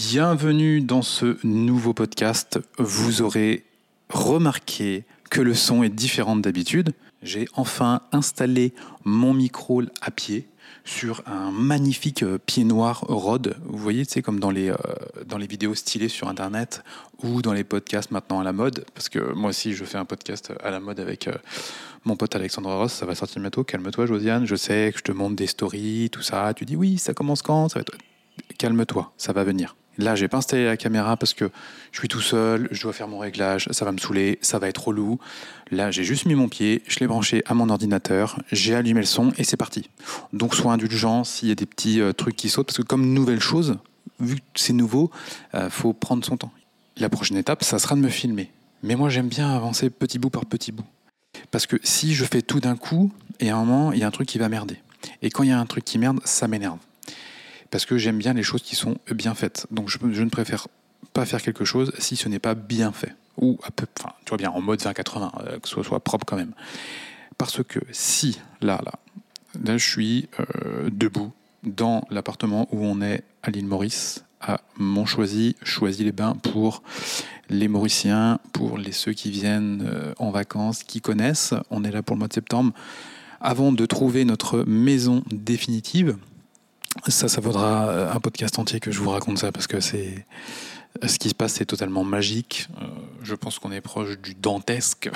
Bienvenue dans ce nouveau podcast. Vous aurez remarqué que le son est différent d'habitude. J'ai enfin installé mon micro à pied sur un magnifique pied noir Rode. Vous voyez, c'est comme dans les vidéos stylées sur Internet ou dans les podcasts maintenant à la mode. Parce que moi aussi, je fais un podcast à la mode avec mon pote Alexandre Ross. Ça va sortir bientôt. Calme-toi, Josiane. Je sais que je te montre des stories, tout ça. Tu dis oui, ça commence quand? Ça va être... Calme-toi, ça va venir. Là, j'ai pas installé la caméra parce que je suis tout seul, je dois faire mon réglage, ça va me saouler, ça va être relou. Là, j'ai juste mis mon pied, je l'ai branché à mon ordinateur, j'ai allumé le son et c'est parti. Donc, sois indulgent s'il y a des petits trucs qui sautent, parce que comme nouvelle chose, vu que c'est nouveau, faut prendre son temps. La prochaine étape, ça sera de me filmer. Mais moi, j'aime bien avancer petit bout par petit bout. Parce que si je fais tout d'un coup, et à un moment, il y a un truc qui va merder. Et quand il y a un truc qui merde, ça m'énerve. Parce que j'aime bien les choses qui sont bien faites. Donc je ne préfère pas faire quelque chose si ce n'est pas bien fait. Ou à peu, enfin, tu vois bien, en mode 20-80, que ce soit propre quand même. Parce que si, là je suis debout dans l'appartement où on est à l'île Maurice, à Montchoisy, Choisy-les-Bains pour les Mauriciens, pour ceux qui viennent en vacances, qui connaissent. On est là pour le mois de septembre. Avant de trouver notre maison définitive, ça vaudra un podcast entier que je vous raconte ça, parce que c'est ce qui se passe, c'est totalement magique. Je pense qu'on est proche du dantesque.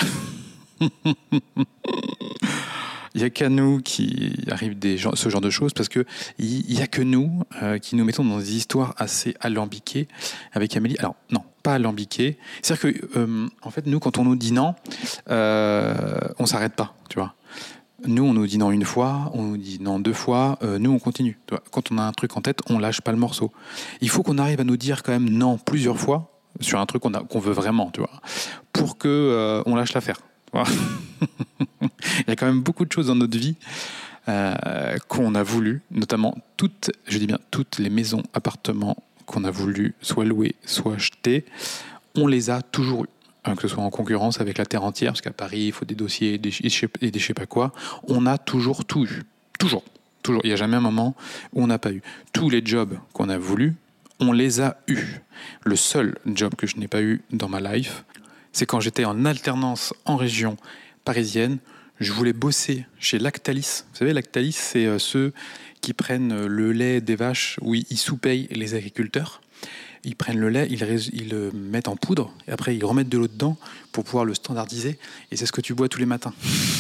Il n'y a qu'à nous qui arrive ce genre de choses, parce que il n'y a que nous qui nous mettons dans des histoires assez alambiquées avec Amélie. Alors non, pas alambiquées. C'est-à-dire que en fait, nous, quand on nous dit non, on s'arrête pas, tu vois. Nous, on nous dit non une fois, on nous dit non deux fois, nous, on continue. Quand on a un truc en tête, on lâche pas le morceau. Il faut qu'on arrive à nous dire quand même non plusieurs fois sur un truc qu'on veut vraiment, tu vois, pour que on lâche l'affaire. Il y a quand même beaucoup de choses dans notre vie qu'on a voulu, notamment toutes les maisons, appartements qu'on a voulu soit louer, soit acheter, on les a toujours eu. Que ce soit en concurrence avec la terre entière, parce qu'à Paris, il faut des dossiers et des je sais pas quoi. On a toujours tout eu. Toujours. Il n'y a jamais un moment où on n'a pas eu. Tous les jobs qu'on a voulu, on les a eus. Le seul job que je n'ai pas eu dans ma life, c'est quand j'étais en alternance en région parisienne. Je voulais bosser chez Lactalis. Vous savez, Lactalis, c'est ceux qui prennent le lait des vaches, où ils sous-payent les agriculteurs. Ils prennent le lait, ils le mettent en poudre, et après ils remettent de l'eau dedans pour pouvoir le standardiser, et c'est ce que tu bois tous les matins.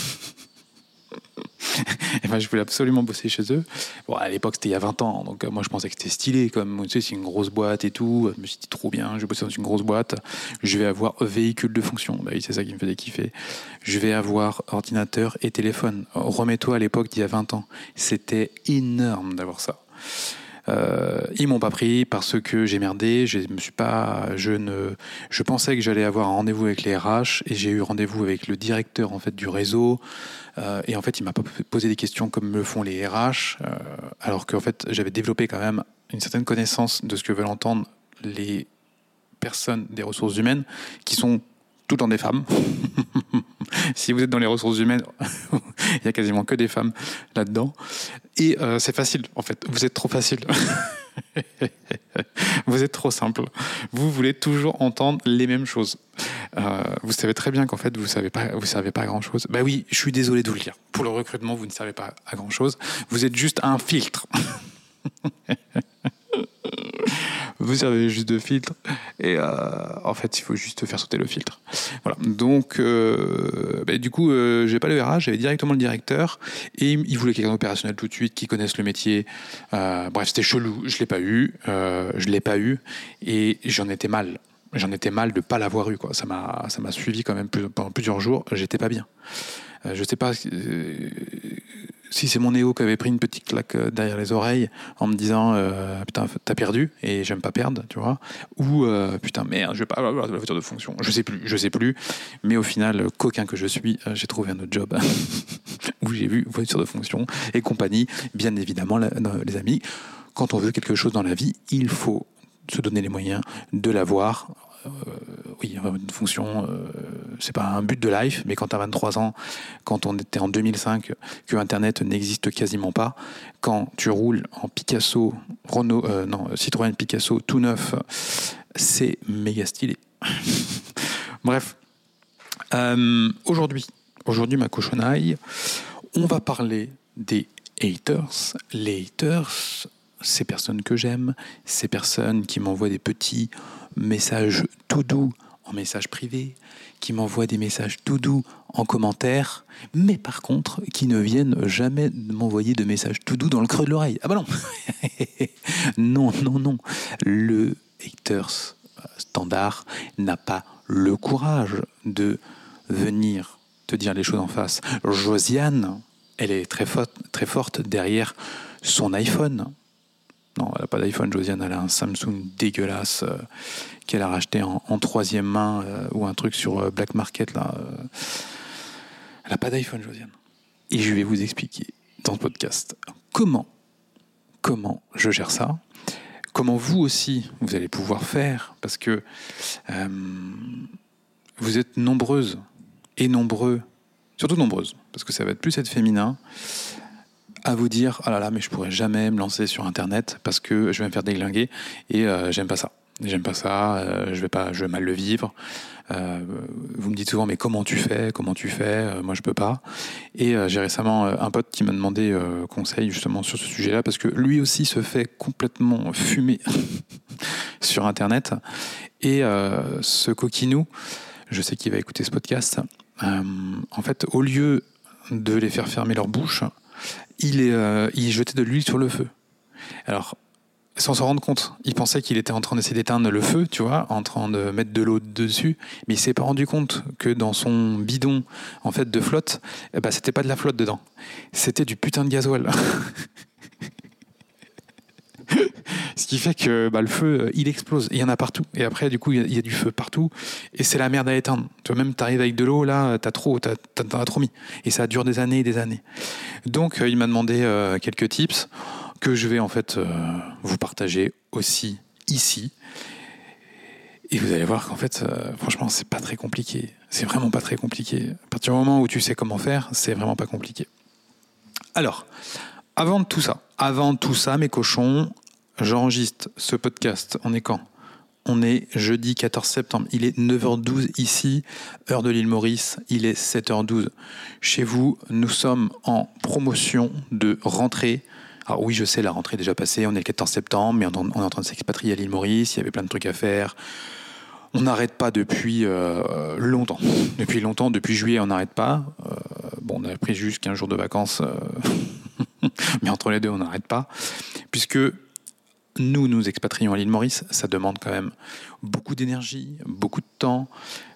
Et ben, je voulais absolument bosser chez eux. Bon, à l'époque, c'était il y a 20 ans, donc moi je pensais que c'était stylé, comme tu sais, c'est une grosse boîte et tout. Je me suis dit, trop bien, je vais bosser dans une grosse boîte, je vais avoir véhicule de fonction. Bah oui, c'est ça qui me faisait kiffer. Je vais avoir ordinateur et téléphone. Remets-toi à l'époque d'il y a 20 ans. C'était énorme d'avoir ça. Ils m'ont pas pris parce que j'ai merdé. Je pensais que j'allais avoir un rendez-vous avec les RH, et j'ai eu rendez-vous avec le directeur en fait du réseau. Et en fait, il m'a pas posé des questions comme me font les RH, alors qu'en fait, j'avais développé quand même une certaine connaissance de ce que veulent entendre les personnes des ressources humaines, qui sont tout le temps des femmes. Si vous êtes dans les ressources humaines, il y a quasiment que des femmes là-dedans. Et c'est facile, en fait. Vous êtes trop facile. Vous êtes trop simple. Vous voulez toujours entendre les mêmes choses. Vous savez très bien qu'en fait, vous servez pas à grand-chose. Bah oui, je suis désolé de vous le dire. Pour le recrutement, vous ne servez pas à grand-chose. Vous êtes juste un filtre. Vous servez juste de filtre, et en fait, il faut juste faire sauter le filtre. Voilà. Donc, du coup, j'ai pas le RH, j'avais directement le directeur, et il voulait quelqu'un d'opérationnel tout de suite, qui connaisse le métier. Bref, c'était chelou. Je l'ai pas eu, et j'en étais mal. De pas l'avoir eu, quoi. Ça m'a suivi quand même pendant plusieurs jours. J'étais pas bien. Je sais pas si c'est mon ego qui avait pris une petite claque derrière les oreilles en me disant putain, t'as perdu et j'aime pas perdre, tu vois, ou putain, merde, je vais pas avoir la voiture de fonction. Je sais plus, mais au final, coquin que je suis, j'ai trouvé un autre job où j'ai vu voiture de fonction et compagnie. Bien évidemment, les amis, quand on veut quelque chose dans la vie, il faut se donner les moyens de l'avoir. Oui, une fonction c'est pas un but de life, mais quand tu as 23 ans, quand on était en 2005, que Internet n'existe quasiment pas, quand tu roules en Picasso, Citroën Picasso tout neuf, c'est méga stylé. Bref, aujourd'hui, ma cochonaille, on va parler des haters. Les haters, ces personnes que j'aime, ces personnes qui m'envoient des petits messages tout doux en message privé, qui m'envoient des messages tout doux en commentaire, mais par contre, qui ne viennent jamais m'envoyer de messages tout doux dans le creux de l'oreille. Ah bah non. Non. Le haters standard n'a pas le courage de venir te dire les choses en face. Josiane, elle est très forte derrière son iPhone. Non, elle n'a pas d'iPhone, Josiane, elle a un Samsung dégueulasse qu'elle a racheté en troisième main ou un truc sur Black Market. Là, elle n'a pas d'iPhone, Josiane. Et je vais vous expliquer dans ce podcast comment je gère ça, comment vous aussi, vous allez pouvoir faire, parce que vous êtes nombreuses et nombreux, surtout nombreuses, parce que ça va être plus être féminin, à vous dire « Ah là là, mais je pourrais jamais me lancer sur Internet parce que je vais me faire déglinguer et j'aime pas ça. Je vais mal le vivre. Vous me dites souvent « Mais comment tu fais ? Moi, je peux pas. » Et j'ai récemment un pote qui m'a demandé conseil justement sur ce sujet-là parce que lui aussi se fait complètement fumer sur Internet. Et ce coquinou, je sais qu'il va écouter ce podcast, en fait, au lieu de les faire fermer leur bouche, il jetait de l'huile sur le feu. Alors, sans s'en rendre compte, il pensait qu'il était en train d'essayer d'éteindre le feu, tu vois, en train de mettre de l'eau dessus, mais il s'est pas rendu compte que dans son bidon, en fait, de flotte, c'était pas de la flotte dedans, c'était du putain de gasoil. Ce qui fait que le feu, il explose. Il y en a partout. Et après, du coup, il y a du feu partout. Et c'est la merde à éteindre. Tu vois, même t'arrives avec de l'eau, là, t'en as trop mis. Et ça dure des années et des années. Donc, il m'a demandé quelques tips que je vais en fait vous partager aussi ici. Et vous allez voir qu'en fait, franchement, c'est pas très compliqué. C'est vraiment pas très compliqué. À partir du moment où tu sais comment faire, c'est vraiment pas compliqué. Alors, avant tout ça, mes cochons, j'enregistre ce podcast. On est quand ? On est jeudi 14 septembre. Il est 9h12 ici, heure de l'île Maurice. Il est 7h12 chez vous. Nous sommes en promotion de rentrée. Alors oui, je sais, la rentrée est déjà passée. On est le 14 septembre, mais on est en train de s'expatrier à l'île Maurice. Il y avait plein de trucs à faire. On n'arrête pas depuis longtemps. Depuis juillet, on n'arrête pas. On a pris juste 15 jours de vacances. Mais entre les deux, on n'arrête pas. Puisque nous expatrions à l'île Maurice, ça demande quand même beaucoup d'énergie, beaucoup de temps.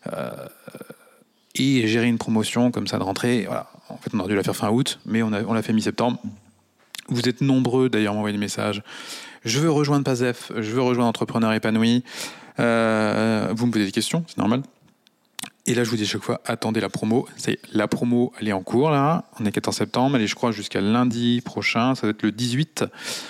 Et gérer une promotion comme ça de rentrée, voilà. En fait, on aurait dû la faire fin août, mais on l'a fait mi-septembre. Vous êtes nombreux d'ailleurs à m'envoyer des messages. Je veux rejoindre PASEF, je veux rejoindre Entrepreneur épanoui. Vous me posez des questions, c'est normal. Et là, je vous dis à chaque fois, attendez la promo. La promo, elle est en cours, là. On est 14 septembre. Elle est, je crois, jusqu'à lundi prochain. Ça va être le 18.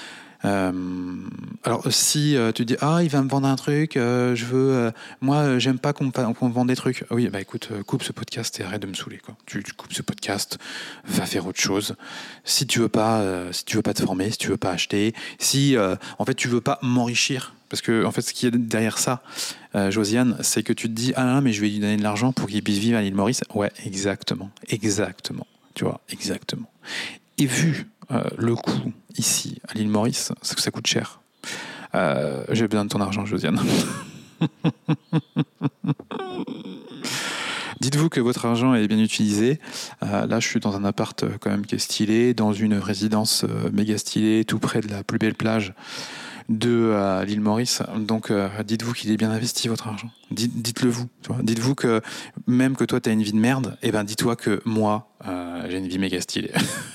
Alors, si tu dis, il va me vendre un truc, moi, j'aime pas qu'on me vende des trucs. Oui, écoute, coupe ce podcast et arrête de me saouler, quoi. Tu coupes ce podcast, va faire autre chose. Si tu veux pas te former, si tu veux pas acheter, si, en fait, tu veux pas m'enrichir. Parce que, en fait, ce qui est derrière ça, Josiane, c'est que tu te dis, mais je vais lui donner de l'argent pour qu'il puisse vivre à l'île Maurice. Ouais, exactement. Tu vois, exactement. Et vu le coût ici, à l'île Maurice, c'est que ça coûte cher. J'ai besoin de ton argent, Josiane. Dites-vous que votre argent est bien utilisé. Là, je suis dans un appart quand même qui est stylé, dans une résidence méga stylée, tout près de la plus belle plage de l'île Maurice. Donc, dites-vous qu'il est bien investi, votre argent. Dites-le vous. Tu vois. Dites-vous que même que toi, tu as une vie de merde, dis-toi que moi, j'ai une vie méga stylée.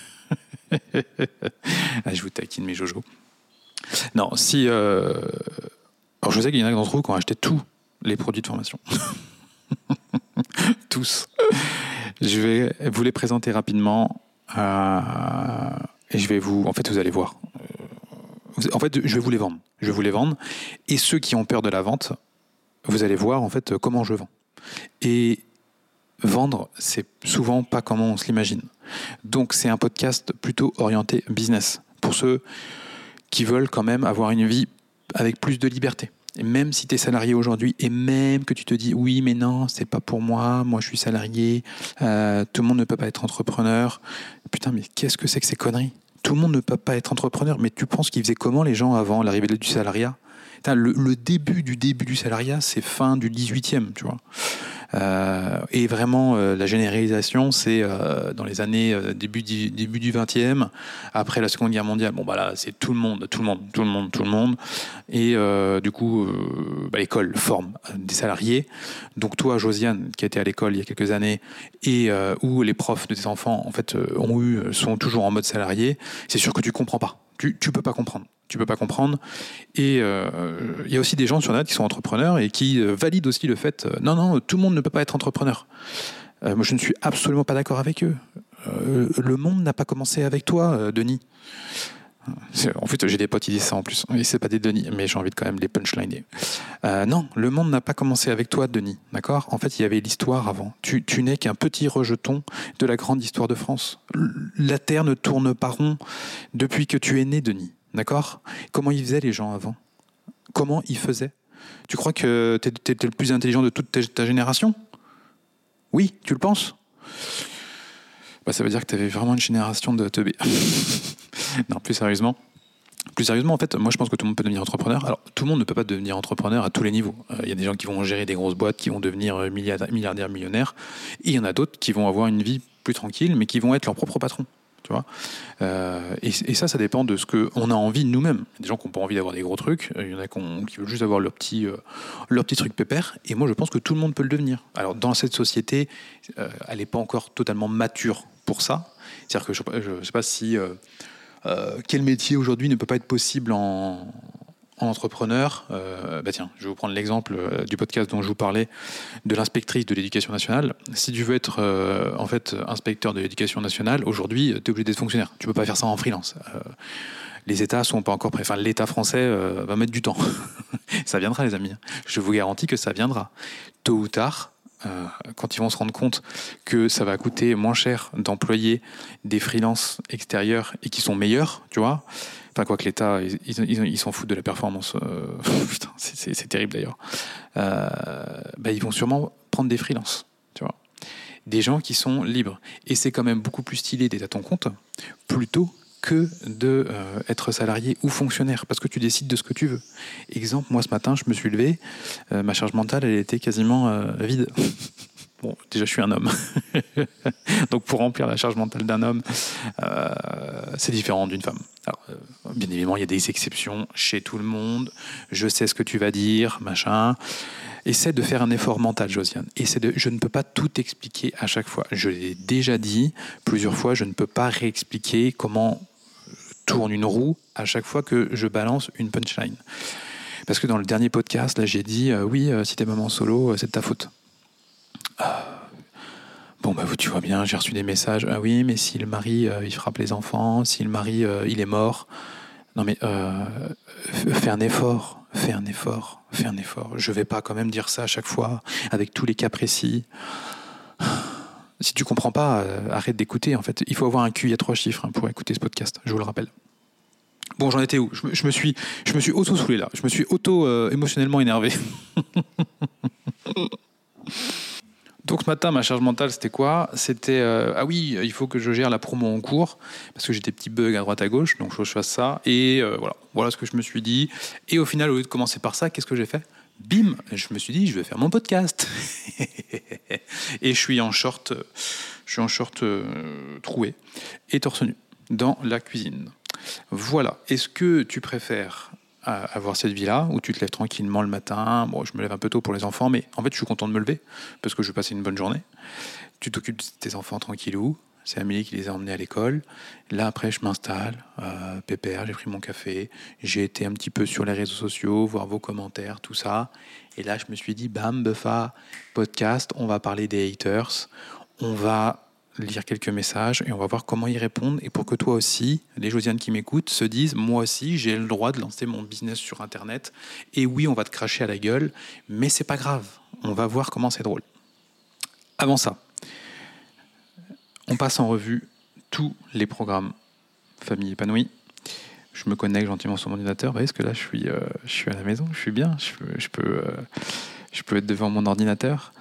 Je vous taquine, mes Jojo. Non, si... Alors, je sais qu'il y en a d'entre vous qui ont acheté tous les produits de formation. Tous. Je vais vous les présenter rapidement. Et je vais vous... En fait, vous allez voir. En fait, je vais vous les vendre. Et ceux qui ont peur de la vente, vous allez voir, en fait, comment je vends. Et vendre, c'est souvent pas comment on se l'imagine. Donc c'est un podcast plutôt orienté business, pour ceux qui veulent quand même avoir une vie avec plus de liberté. Et même si tu es salarié aujourd'hui, et même que tu te dis oui mais non, c'est pas pour moi je suis salarié, tout le monde ne peut pas être entrepreneur. Putain, mais qu'est-ce que c'est que ces conneries? Tout le monde ne peut pas être entrepreneur, mais tu penses qu'ils faisaient comment les gens avant l'arrivée du salariat? Putain, le début du salariat, c'est fin du 18e, tu vois. Et vraiment, la généralisation, c'est dans les années début du 20e, après la Seconde Guerre mondiale. Bon, bah là, c'est tout le monde. Et du coup, l'école forme des salariés. Donc toi, Josiane, qui était à l'école il y a quelques années, et où les profs de tes enfants, en fait, sont toujours en mode salarié, c'est sûr que tu comprends pas. Tu peux pas comprendre. Tu peux pas comprendre. Et il y a aussi des gens sur Internet qui sont entrepreneurs et qui valident aussi le fait non, tout le monde ne peut pas être entrepreneur. Moi, je ne suis absolument pas d'accord avec eux. Le monde n'a pas commencé avec toi, Denis. En fait, j'ai des potes qui disent ça en plus. Et c'est pas des Denis, mais j'ai envie de quand même les punchliner. Non, le monde n'a pas commencé avec toi, Denis. D'accord ? En fait, il y avait l'histoire avant. Tu n'es qu'un petit rejeton de la grande histoire de France. La Terre ne tourne pas rond depuis que tu es né, Denis. D'accord ? Comment ils faisaient les gens avant ? Comment ils faisaient ? Tu crois que t'es le plus intelligent de toute ta génération ? Oui, tu le penses ? Bah, ça veut dire que tu avais vraiment une génération de teubés. Non, plus sérieusement, en fait, moi je pense que tout le monde peut devenir entrepreneur. Alors, tout le monde ne peut pas devenir entrepreneur à tous les niveaux. Il y a des gens qui vont gérer des grosses boîtes, qui vont devenir milliardaires, millionnaires. Et il y en a d'autres qui vont avoir une vie plus tranquille, mais qui vont être leur propre patron. Tu vois, et ça dépend de ce qu'on a envie de nous-mêmes. Il y a des gens qui n'ont pas envie d'avoir des gros trucs, il y en a qui veulent juste avoir leur petit truc pépère, et moi je pense que tout le monde peut le devenir. Alors dans cette société, elle n'est pas encore totalement mature pour ça. C'est-à-dire que je ne sais pas si quel métier aujourd'hui ne peut pas être possible en entrepreneur. Tiens, je vais vous prendre l'exemple du podcast dont je vous parlais, de l'inspectrice de l'éducation nationale. Si tu veux être en fait inspecteur de l'éducation nationale, aujourd'hui, tu es obligé d'être fonctionnaire. Tu peux pas faire ça en freelance. Les États sont pas encore prêts. Enfin, l'État français va mettre du temps. Ça viendra, les amis. Je vous garantis que ça viendra. Tôt ou tard, quand ils vont se rendre compte que ça va coûter moins cher d'employer des freelances extérieurs et qui sont meilleurs, tu vois. Enfin, quoi que l'État, ils s'en foutent de la performance. Putain, c'est terrible d'ailleurs. Ils vont sûrement prendre des freelances, tu vois. Des gens qui sont libres. Et c'est quand même beaucoup plus stylé d'être à ton compte plutôt que d'être salarié ou fonctionnaire, parce que tu décides de ce que tu veux. Exemple, moi ce matin, je me suis levé, ma charge mentale, elle était quasiment vide. Bon, déjà, je suis un homme. Donc, pour remplir la charge mentale d'un homme, c'est différent d'une femme. Alors, bien évidemment, il y a des exceptions chez tout le monde. Je sais ce que tu vas dire, machin. Essaie de faire un effort mental, Josiane. Je ne peux pas tout expliquer à chaque fois. Je l'ai déjà dit plusieurs fois, je ne peux pas réexpliquer comment tourne une roue à chaque fois que je balance une punchline. Parce que dans le dernier podcast, là, j'ai dit si t'es maman solo, c'est de ta faute. Bon, tu vois bien, j'ai reçu des messages. Ah oui, mais si le mari, il frappe les enfants, si le mari, il est mort. Non, mais fais un effort. Je vais pas quand même dire ça à chaque fois, avec tous les cas précis. Si tu comprends pas, arrête d'écouter. En fait, il faut avoir un QI à 3 chiffres pour écouter ce podcast, je vous le rappelle. Bon, j'en étais où ? Je me suis auto-saoulé là. Je me suis émotionnellement énervé. Donc ce matin, ma charge mentale, c'était quoi ? C'était il faut que je gère la promo en cours parce que j'ai des petits bugs à droite à gauche, donc il faut que je fasse ça. Et voilà ce que je me suis dit. Et au final, au lieu de commencer par ça, qu'est-ce que j'ai fait ? Bim ! Je me suis dit, je vais faire mon podcast. Et je suis en short troué et torse nu dans la cuisine. Voilà. Est-ce que tu préfères avoir cette vie-là, où tu te lèves tranquillement le matin? Bon, je me lève un peu tôt pour les enfants, mais en fait, je suis content de me lever, parce que je vais passer une bonne journée. Tu t'occupes de tes enfants tranquillou, c'est Amélie qui les a emmenés à l'école. Là, après, je m'installe, pépère, j'ai pris mon café, j'ai été un petit peu sur les réseaux sociaux, voir vos commentaires, tout ça. Et là, je me suis dit, bam, Buffa, podcast, on va parler des haters, on va lire quelques messages et on va voir comment y répondre, et pour que toi aussi, les Josianes qui m'écoutent, se disent, moi aussi j'ai le droit de lancer mon business sur internet, et oui, on va te cracher à la gueule, mais c'est pas grave, on va voir comment c'est drôle. Avant ça, On passe en revue tous les programmes Famille épanouie. Je me connecte gentiment sur mon ordinateur. Vous voyez, parce que là, je suis à la maison, je suis bien, je peux être devant mon ordinateur.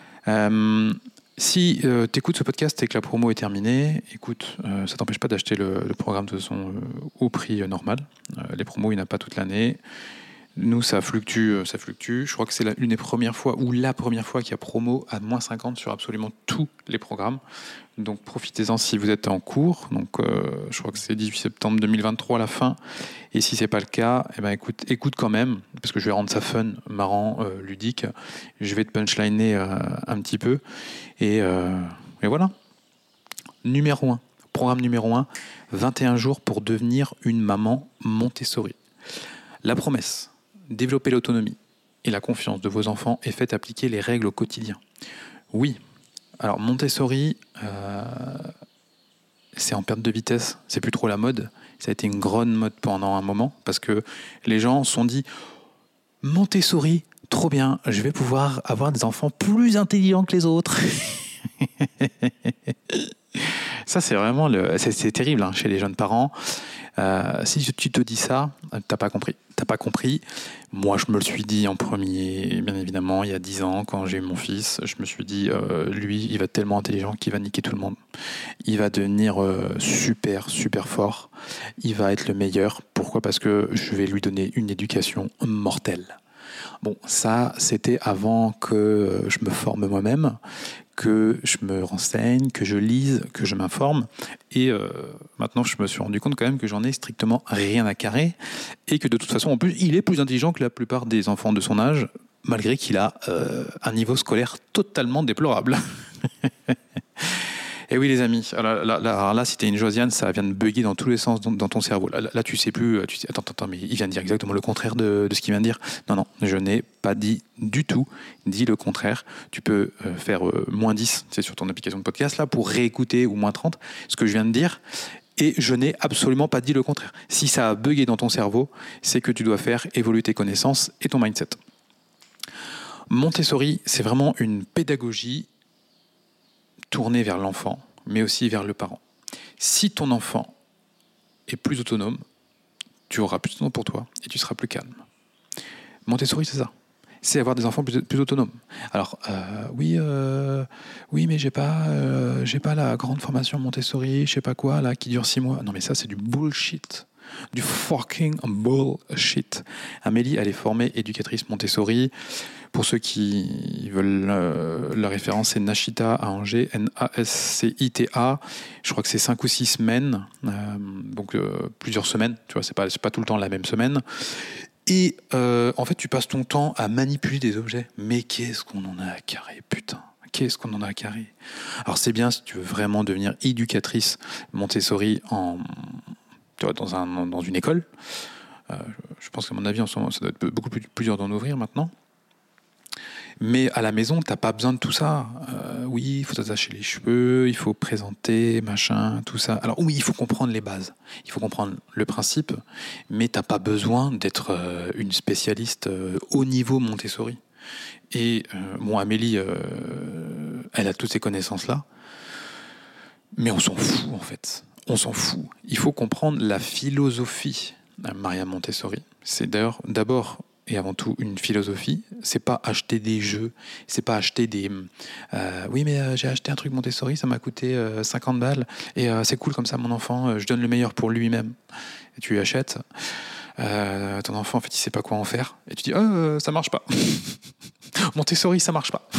Si tu écoutes ce podcast et que la promo est terminée, écoute, ça t'empêche pas d'acheter le programme de toute façon au prix normal. Les promos, il n'y en a pas toute l'année. Nous, ça fluctue. Je crois que c'est l'une des premières fois, ou la première fois qu'il y a promo à moins 50 sur absolument tous les programmes. Donc profitez-en si vous êtes en cours. Donc je crois que c'est 18 septembre 2023 à la fin. Et si c'est pas le cas, eh ben écoute quand même, parce que je vais rendre ça fun, marrant, ludique. Je vais te punchliner un petit peu. Et voilà. Programme numéro 1, 21 jours pour devenir une maman Montessori. La promesse, développer l'autonomie et la confiance de vos enfants et faites appliquer les règles au quotidien. Oui. Alors Montessori, c'est en perte de vitesse, c'est plus trop la mode. Ça a été une grande mode pendant un moment parce que les gens se sont dit Montessori, trop bien, je vais pouvoir avoir des enfants plus intelligents que les autres. Ça, c'est vraiment c'est terrible chez les jeunes parents. Si tu te dis ça, t'as pas compris. Moi, je me le suis dit en premier, bien évidemment, il y a 10 ans, quand j'ai eu mon fils. Je me suis dit, lui, il va être tellement intelligent qu'il va niquer tout le monde. Il va devenir super, super fort. Il va être le meilleur. Pourquoi ? Parce que je vais lui donner une éducation mortelle. Bon, ça, c'était avant que je me forme moi-même, que je me renseigne, que je lise, que je m'informe. Et maintenant, je me suis rendu compte quand même que j'en ai strictement rien à carrer et que de toute façon, en plus, il est plus intelligent que la plupart des enfants de son âge, malgré qu'il a un niveau scolaire totalement déplorable. Et oui, les amis, alors là, si t'es une Josiane, ça vient de bugger dans tous les sens dans ton cerveau. Là, tu sais plus. Attends, mais il vient de dire exactement le contraire de ce qu'il vient de dire. Non, je n'ai pas dit du tout dit le contraire. Tu peux faire moins 10, c'est sur ton application de podcast là, pour réécouter, ou moins 30, ce que je viens de dire. Et je n'ai absolument pas dit le contraire. Si ça a bugué dans ton cerveau, c'est que tu dois faire évoluer tes connaissances et ton mindset. Montessori, c'est vraiment une pédagogie tourner vers l'enfant, mais aussi vers le parent. Si ton enfant est plus autonome, tu auras plus de temps pour toi et tu seras plus calme. Montessori, c'est ça. C'est avoir des enfants plus autonomes. Alors, oui, mais j'ai pas la grande formation Montessori, je sais pas quoi, là, qui dure 6 mois. Non, mais ça, c'est du bullshit. Du fucking bullshit. Amélie, elle est formée éducatrice Montessori. Pour ceux qui veulent la référence, c'est Nashita à Angers, Nascita. Je crois que c'est 5 ou 6 semaines, donc plusieurs semaines. Tu vois, c'est pas tout le temps la même semaine. Et en fait, tu passes ton temps à manipuler des objets. Mais qu'est-ce qu'on en a à carrer, putain. Qu'est-ce qu'on en a à carrer. Alors c'est bien si tu veux vraiment devenir éducatrice Montessori dans une école. Je pense qu'à mon avis, en ce moment, ça doit être beaucoup plus dur d'en ouvrir maintenant. Mais à la maison, t'as pas besoin de tout ça. Oui, il faut t'attacher les cheveux, il faut présenter, machin, tout ça. Alors oui, il faut comprendre les bases. Il faut comprendre le principe, mais t'as pas besoin d'être une spécialiste haut niveau Montessori. Et Amélie, elle a toutes ces connaissances-là, mais on s'en fout en fait. On s'en fout. Il faut comprendre la philosophie de Maria Montessori. C'est d'ailleurs d'abord et avant tout une philosophie. C'est pas acheter des jeux, c'est pas acheter des oui mais j'ai acheté un truc Montessori, ça m'a coûté 50 balles et c'est cool comme ça mon enfant, je donne le meilleur pour lui-même. Et tu lui achètes, ton enfant en fait il sait pas quoi en faire et tu dis ça marche pas. Montessori ça marche pas.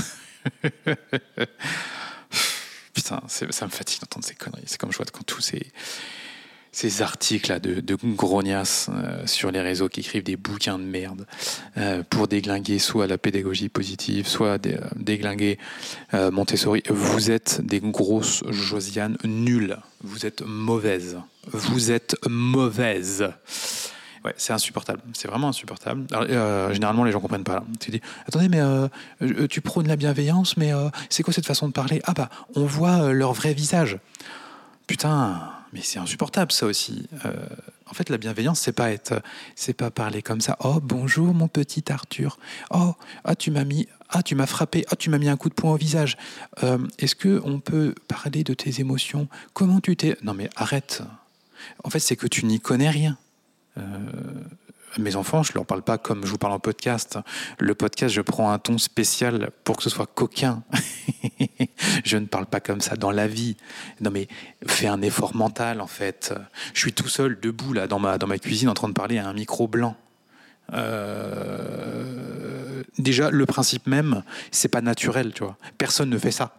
Putain, ça me fatigue d'entendre ces conneries. C'est comme je vois quand tous ces articles là de grognasses sur les réseaux qui écrivent des bouquins de merde pour déglinguer soit la pédagogie positive, soit déglinguer Montessori. Vous êtes des grosses Josiane nulles. Vous êtes mauvaises. Ouais, c'est insupportable. C'est vraiment insupportable. Alors, généralement, les gens comprennent pas. Là. Tu dis, attendez, mais tu prônes la bienveillance, mais c'est quoi cette façon de parler ? Ah bah, on voit leur vrai visage. Putain, mais c'est insupportable ça aussi. En fait, la bienveillance, c'est pas parler comme ça. Oh, bonjour mon petit Arthur. Oh, tu m'as mis Ah, tu m'as frappé. Ah, tu m'as mis un coup de poing au visage. Est-ce qu'on peut parler de tes émotions? Comment tu t'es... Non mais arrête. En fait, c'est que tu n'y connais rien. Mes enfants, je leur parle pas comme je vous parle en podcast. Le podcast, je prends un ton spécial pour que ce soit coquin. Je ne parle pas comme ça dans la vie. Non mais fais un effort mental en fait. Je suis tout seul debout là dans ma cuisine en train de parler à un micro blanc. Déjà le principe même, c'est pas naturel, tu vois. Personne ne fait ça.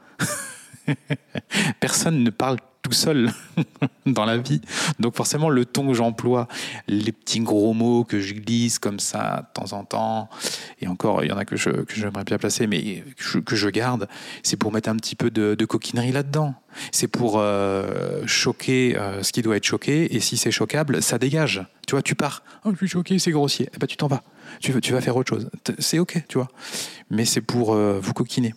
Personne ne parle tout seul dans la vie. Donc forcément, le ton que j'emploie, les petits gros mots que je glisse comme ça de temps en temps, et encore, il y en a que j'aimerais bien placer, mais que je garde, c'est pour mettre un petit peu de coquinerie là-dedans. C'est pour choquer ce qui doit être choqué, et si c'est choquable, ça dégage. Tu vois, tu pars, oh, je suis choqué, c'est grossier, et ben, tu t'en vas. Tu vas faire autre chose. C'est ok, tu vois. Mais c'est pour vous coquiner.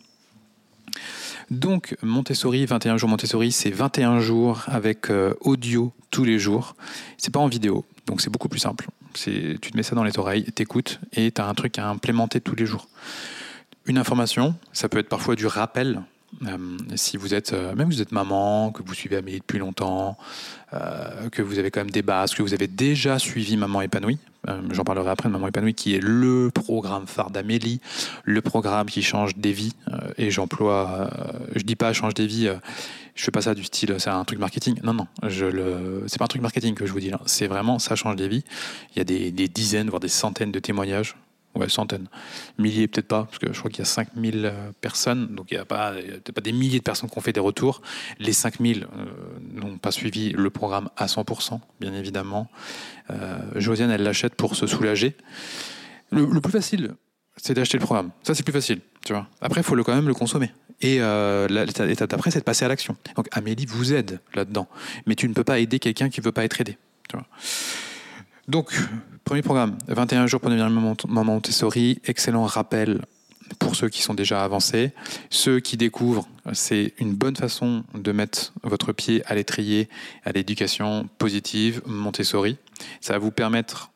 Donc, Montessori, 21 jours Montessori, c'est 21 jours avec audio tous les jours. C'est pas en vidéo, donc c'est beaucoup plus simple. Tu te mets ça dans les oreilles, t'écoutes et t'as un truc à implémenter tous les jours. Une information, ça peut être parfois du rappel. Si vous êtes, même si vous êtes maman, que vous suivez Amélie depuis longtemps, que vous avez quand même des bases, que vous avez déjà suivi Maman épanouie. J'en parlerai après de Maman épanouie, qui est le programme phare d'Amélie, le programme qui change des vies. Et j'emploie, je dis pas change des vies, je fais pas ça du style, c'est un truc marketing. Non, c'est pas un truc marketing que je vous dis là. C'est vraiment, ça change des vies. Il y a des dizaines, voire des centaines de témoignages. Ouais, centaines. Milliers, peut-être pas, parce que je crois qu'il y a 5000 personnes, donc il n'y a peut-être pas des milliers de personnes qui ont fait des retours. Les 5000 n'ont pas suivi le programme à 100%, bien évidemment. Josiane, elle l'achète pour se soulager. Le plus facile, c'est d'acheter le programme. Ça, c'est plus facile, tu vois. Après, il faut quand même le consommer. Et l'étape d'après, c'est de passer à l'action. Donc Amélie vous aide là-dedans. Mais tu ne peux pas aider quelqu'un qui ne veut pas être aidé, tu vois. Donc, premier programme, 21 jours pour devenir Maman Montessori. Excellent rappel pour ceux qui sont déjà avancés. Ceux qui découvrent, c'est une bonne façon de mettre votre pied à l'étrier à l'éducation positive Montessori. Ça va vous permettre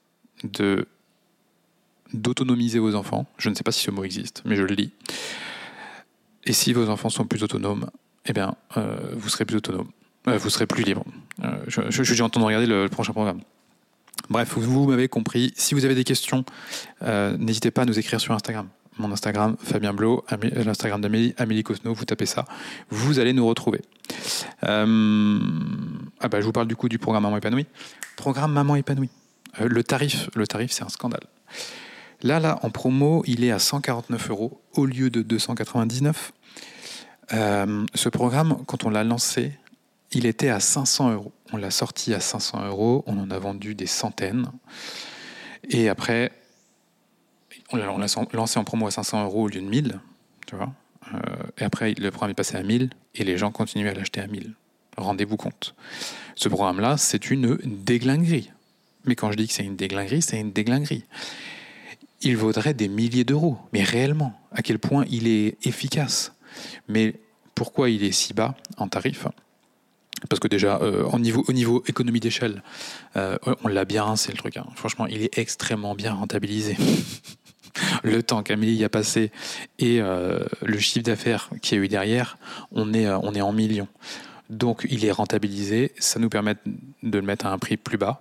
d'autonomiser vos enfants. Je ne sais pas si ce mot existe, mais je le lis. Et si vos enfants sont plus autonomes, eh bien, vous serez plus autonome. Vous serez plus libre. Je suis en train de regarder le prochain programme. Bref, vous m'avez compris. Si vous avez des questions, n'hésitez pas à nous écrire sur Instagram. Mon Instagram, Fabien Blot, l'Instagram d'Amélie, Amélie Cosno, vous tapez ça, vous allez nous retrouver. Je vous parle du coup du programme Maman épanouie. Programme Maman épanouie. Le tarif, c'est un scandale. Là, en promo, il est à 149 € au lieu de 299. Ce programme, quand on l'a lancé, il était à 500 €. On l'a sorti à 500 €, on en a vendu des centaines. Et après, on l'a lancé en promo à 500 € au lieu de 1000, tu vois. Et après, le programme est passé à 1000 et les gens continuaient à l'acheter à 1000. Rendez-vous compte. Ce programme-là, c'est une déglinguerie. Mais quand je dis que c'est une déglinguerie, c'est une déglinguerie. Il vaudrait des milliers d'euros, mais réellement, à quel point il est efficace. Mais pourquoi il est si bas en tarif ? Parce que déjà, au niveau économie d'échelle, on l'a bien rincé le truc. Hein. Franchement, il est extrêmement bien rentabilisé. Le temps qu'Amélie y a passé et le chiffre d'affaires qu'il y a eu derrière, on est en millions. Donc, il est rentabilisé. Ça nous permet de le mettre à un prix plus bas.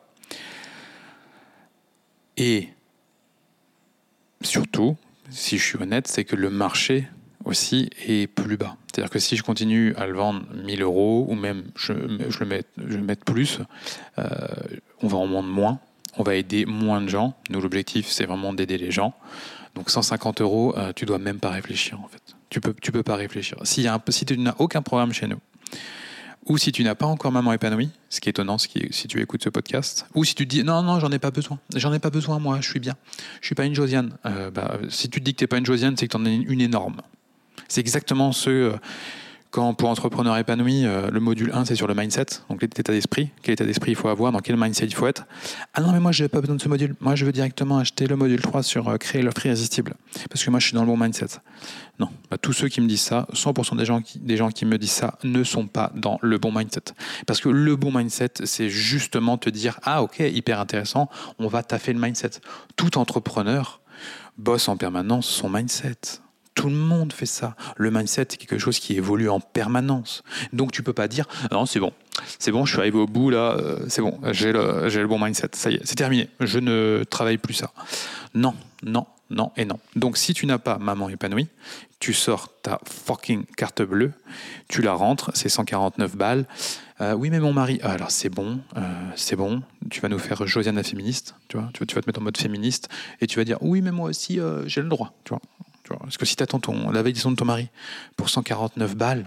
Et surtout, si je suis honnête, c'est que le marché aussi est plus bas. C'est-à-dire que si je continue à le vendre 1000 € ou même je vais mettre plus, on va en vendre moins, on va aider moins de gens. Nous, l'objectif, c'est vraiment d'aider les gens. Donc 150 €, tu dois même pas réfléchir en fait. Tu peux pas réfléchir. Si tu n'as aucun programme chez nous, ou si tu n'as pas encore Maman épanouie, ce qui est étonnant, si tu écoutes ce podcast, ou si tu te dis non, j'en ai pas besoin, moi, je suis bien, je suis pas une Josiane. Si tu te dis que t'es pas une Josiane, c'est que t'en es une énorme. C'est exactement quand pour Entrepreneur épanoui, le module 1, c'est sur le mindset, donc l'état d'esprit. Quel état d'esprit il faut avoir, dans quel mindset il faut être. Ah non, mais moi, je n'ai pas besoin de ce module. Moi, je veux directement acheter le module 3 sur créer l'offre irrésistible. Parce que moi, je suis dans le bon mindset. Non, tous ceux qui me disent ça, 100% des gens qui me disent ça ne sont pas dans le bon mindset. Parce que le bon mindset, c'est justement te dire, ah ok, hyper intéressant, on va taffer le mindset. Tout entrepreneur bosse en permanence son mindset. Tout le monde fait ça. Le mindset, c'est quelque chose qui évolue en permanence. Donc, tu peux pas dire non, c'est bon, je suis arrivé au bout là, c'est bon, j'ai le bon mindset, ça y est, c'est terminé, je ne travaille plus ça. Non, non, non et non. Donc, si tu n'as pas maman épanouie, tu sors ta fucking carte bleue, tu la rentres, c'est 149 balles. Oui, mais mon mari, alors c'est bon, tu vas nous faire Josiane la féministe, tu vois, tu vas te mettre en mode féministe et tu vas dire oui, mais moi aussi, j'ai le droit, tu vois. Parce que si tu attends la validation de ton mari pour 149 balles,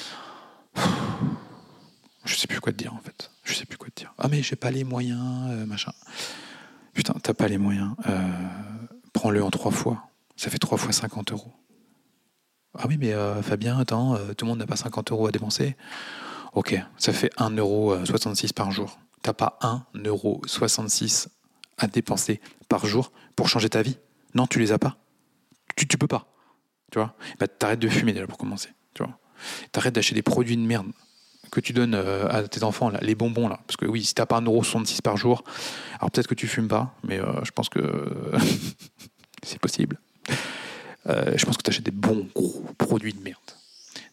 je sais plus quoi te dire en fait. Je sais plus quoi te dire. Ah mais j'ai pas les moyens, machin. Putain, t'as pas les moyens. Prends-le en 3 fois. Ça fait 3 fois 50 euros. Ah oui mais Fabien, attends, tout le monde n'a pas 50 euros à dépenser. Ok, ça fait 1,66 € par jour. T'as pas 1,66 € à dépenser par jour pour changer ta vie. Non, tu les as pas. Tu peux pas, tu vois. Bah, t'arrêtes de fumer déjà pour commencer, tu vois. T'arrêtes d'acheter des produits de merde que tu donnes à tes enfants, là, les bonbons, là. Parce que oui, si t'as pas 1,66 € par jour, alors peut-être que tu fumes pas, mais je pense que c'est possible. Je pense que t'achètes des bons gros produits de merde. D'accord ?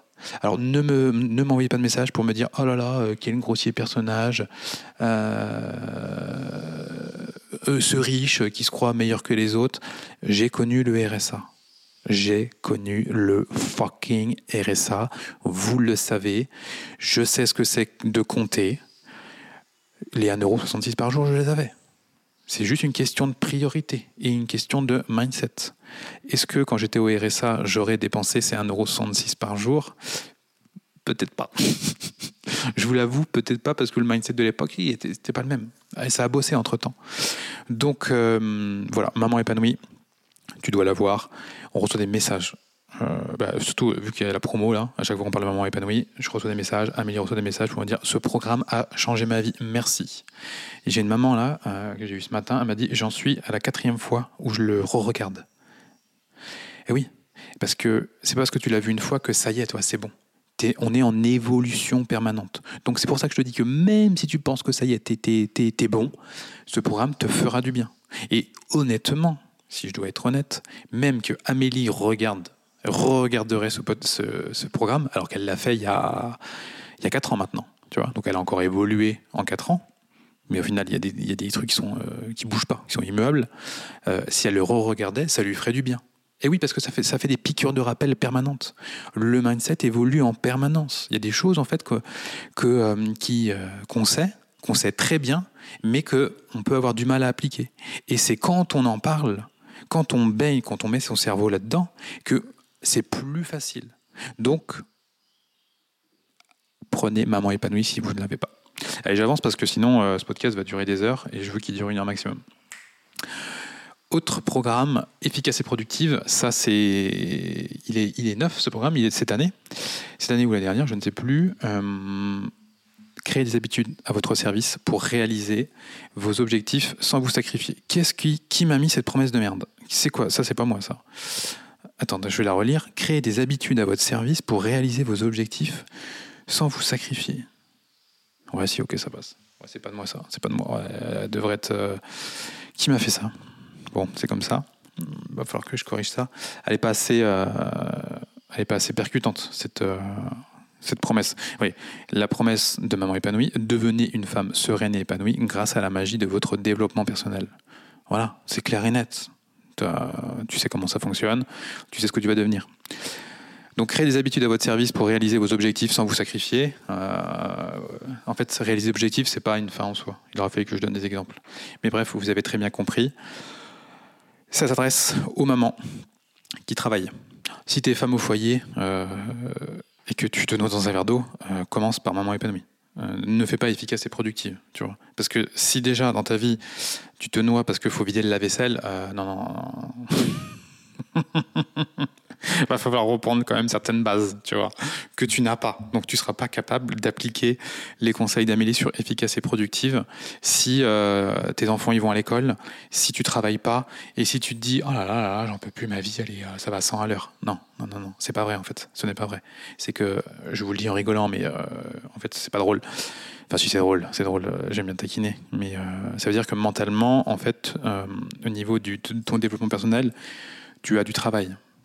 Alors ne m'envoyez pas de message pour me dire oh là là, quel grossier personnage, ce riche qui se croit meilleur que les autres. J'ai connu le RSA. J'ai connu le fucking RSA. Vous le savez. Je sais ce que c'est de compter. Les 1,66 € par jour, je les avais. C'est juste une question de priorité et une question de mindset. Est-ce que quand j'étais au RSA, j'aurais dépensé ces 1,66 € par jour ? Peut-être pas. Je vous l'avoue, peut-être pas, parce que le mindset de l'époque, c'était pas le même. Et ça a bossé entre-temps. Donc, voilà, maman épanouie, tu dois l'avoir. On reçoit des messages. Surtout, vu qu'il y a la promo, là, à chaque fois qu'on parle de maman épanouie, je reçois des messages, Amélie reçoit des messages pour me dire « Ce programme a changé ma vie, merci ». Et j'ai une maman, là, que j'ai eue ce matin, elle m'a dit « J'en suis à la 4e fois où je le re-regarde ». Et oui, parce que c'est pas parce que tu l'as vu une fois que ça y est, toi, c'est bon. On est en évolution permanente. Donc c'est pour ça que je te dis que même si tu penses que ça y est, t'es bon, ce programme te fera du bien. Et honnêtement, si je dois être honnête, même que Amélie regarderait ce programme, alors qu'elle l'a fait il y a 4 ans maintenant, tu vois. Donc elle a encore évolué en 4 ans, mais au final il y a des trucs qui bougent pas, qui sont immuables. Si elle le regardait, ça lui ferait du bien. Et oui, parce que ça fait des piqûres de rappel permanentes. Le mindset évolue en permanence. Il y a des choses en fait qu'on sait très bien, mais qu'on peut avoir du mal à appliquer. Et c'est quand on en parle, quand on baigne, quand on met son cerveau là-dedans, que c'est plus facile. Donc, prenez Maman épanouie si vous ne l'avez pas. Allez, j'avance parce que sinon, ce podcast va durer des heures et je veux qu'il dure 1 heure maximum. Autre programme, efficace et productive, ça il est neuf ce programme, il est de cette année ou la dernière, je ne sais plus. Créer des habitudes à votre service pour réaliser vos objectifs sans vous sacrifier. Qui m'a mis cette promesse de merde ? C'est quoi ? Ça, c'est pas moi, ça. Attends, je vais la relire. Créer des habitudes à votre service pour réaliser vos objectifs sans vous sacrifier. Ouais, si, ok, ça passe. Ouais, c'est pas de moi, ça. C'est pas de moi. Ouais, elle devrait être... Qui m'a fait ça ? Bon, c'est comme ça. Il va falloir que je corrige ça. Elle n'est pas assez percutante, cette promesse. Oui, la promesse de Maman épanouie, devenez une femme sereine et épanouie grâce à la magie de votre développement personnel. Voilà, c'est clair et net. Tu sais comment ça fonctionne, tu sais ce que tu vas devenir. Donc, créez des habitudes à votre service pour réaliser vos objectifs sans vous sacrifier. En fait, réaliser des objectifs, c'est pas une fin en soi. Il aura fallu que je donne des exemples. Mais bref, vous avez très bien compris. Ça s'adresse aux mamans qui travaillent. Si tu es femme au foyer et que tu te noies dans un verre d'eau, commence par Maman épanouie. Ne fais pas efficace et productive, tu vois. Parce que si déjà dans ta vie tu te noies parce qu'il faut vider le lave-vaisselle, non. Il va falloir reprendre quand même certaines bases, tu vois, que tu n'as pas. Donc tu ne seras pas capable d'appliquer les conseils d'Amélie sur efficace et productive si tes enfants ils vont à l'école, si tu ne travailles pas et si tu te dis oh là là, j'en peux plus, ma vie ça va 100 à l'heure. Non, c'est pas vrai en fait, ce n'est pas vrai. C'est que, je vous le dis en rigolant, mais en fait c'est pas drôle. Enfin si c'est drôle, j'aime bien taquiner, mais ça veut dire que mentalement, en fait, au niveau de ton développement personnel, tu as du travail.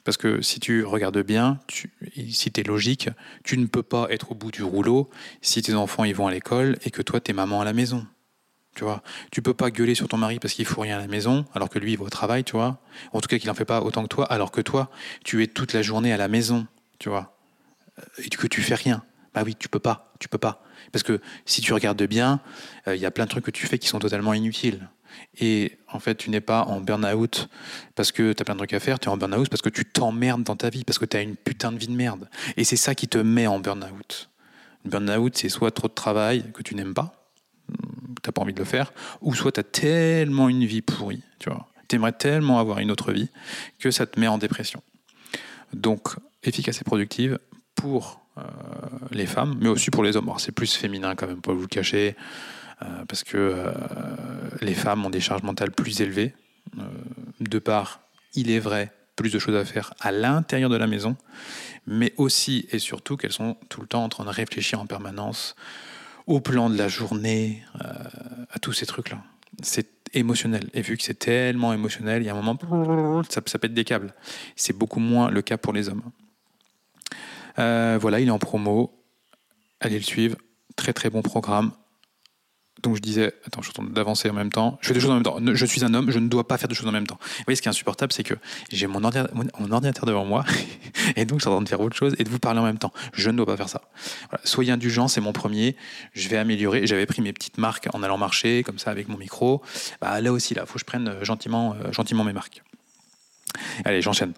Parce que si tu regardes bien, si tu es logique, tu ne peux pas être au bout du rouleau si tes enfants ils vont à l'école et que toi, t'es maman à la maison. Tu vois, tu peux pas gueuler sur ton mari parce qu'il faut rien à la maison, alors que lui, il va au travail, tu vois. En tout cas, qu'il en fait pas autant que toi, alors que toi, tu es toute la journée à la maison, tu vois, et que tu fais rien. Bah oui, tu peux pas. Parce que si tu regardes bien, il y a plein de trucs que tu fais qui sont totalement inutiles. Et en fait, tu n'es pas en burn-out parce que tu as plein de trucs à faire, tu es en burn-out parce que tu t'emmerdes dans ta vie, parce que tu as une putain de vie de merde. Et c'est ça qui te met en burn-out. Le burn-out, c'est soit trop de travail que tu n'aimes pas, t'as pas envie de le faire, ou soit tu as tellement une vie pourrie, tu vois. T'aimerais tellement avoir une autre vie que ça te met en dépression. Donc, efficace et productive pour les femmes, mais aussi pour les hommes. Alors, c'est plus féminin quand même, pas vous le cacher, parce que les femmes ont des charges mentales plus élevées, de part, il est vrai, plus de choses à faire à l'intérieur de la maison, mais aussi et surtout qu'elles sont tout le temps en train de réfléchir en permanence au plan de la journée, à tous ces trucs-là. C'est émotionnel. Et vu que c'est tellement émotionnel, il y a un moment, ça pète des câbles. C'est beaucoup moins le cas pour les hommes. Voilà, il est en promo. Allez le suivre. Très très bon programme. Donc je disais, attends, je suis en train d'avancer en même temps. Je fais des choses en même temps. Je suis un homme, je ne dois pas faire des choses en même temps. Vous voyez, ce qui est insupportable, c'est que j'ai mon ordinateur devant moi, et donc je suis en train de faire autre chose et de vous parler en même temps. Je ne dois pas faire ça. Voilà. Soyez indulgents, c'est mon premier. Je vais améliorer. J'avais pris mes petites marques en allant marcher, comme ça, avec mon micro. Bah, là aussi, il faut que je prenne gentiment mes marques. Allez, j'enchaîne.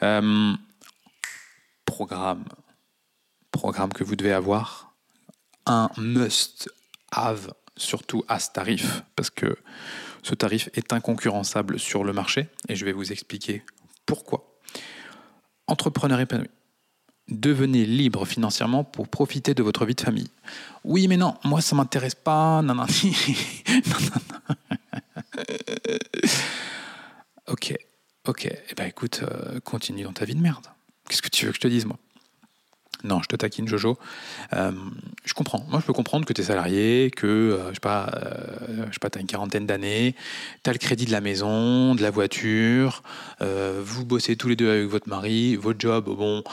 Programme que vous devez avoir. Un must-have, surtout à ce tarif, parce que ce tarif est inconcurrençable sur le marché, et je vais vous expliquer pourquoi. Entrepreneur épanoui. Devenez libre financièrement pour profiter de votre vie de famille. Oui, mais non, moi ça m'intéresse pas. Non. Ok. Eh ben écoute, continue dans ta vie de merde. Qu'est-ce que tu veux que je te dise, moi ? Non, je te taquine, Jojo. Je comprends. Moi, je peux comprendre que tu es salarié, que, je sais pas, tu as une quarantaine d'années, tu as le crédit de la maison, de la voiture, vous bossez tous les deux avec votre mari, votre job, bon,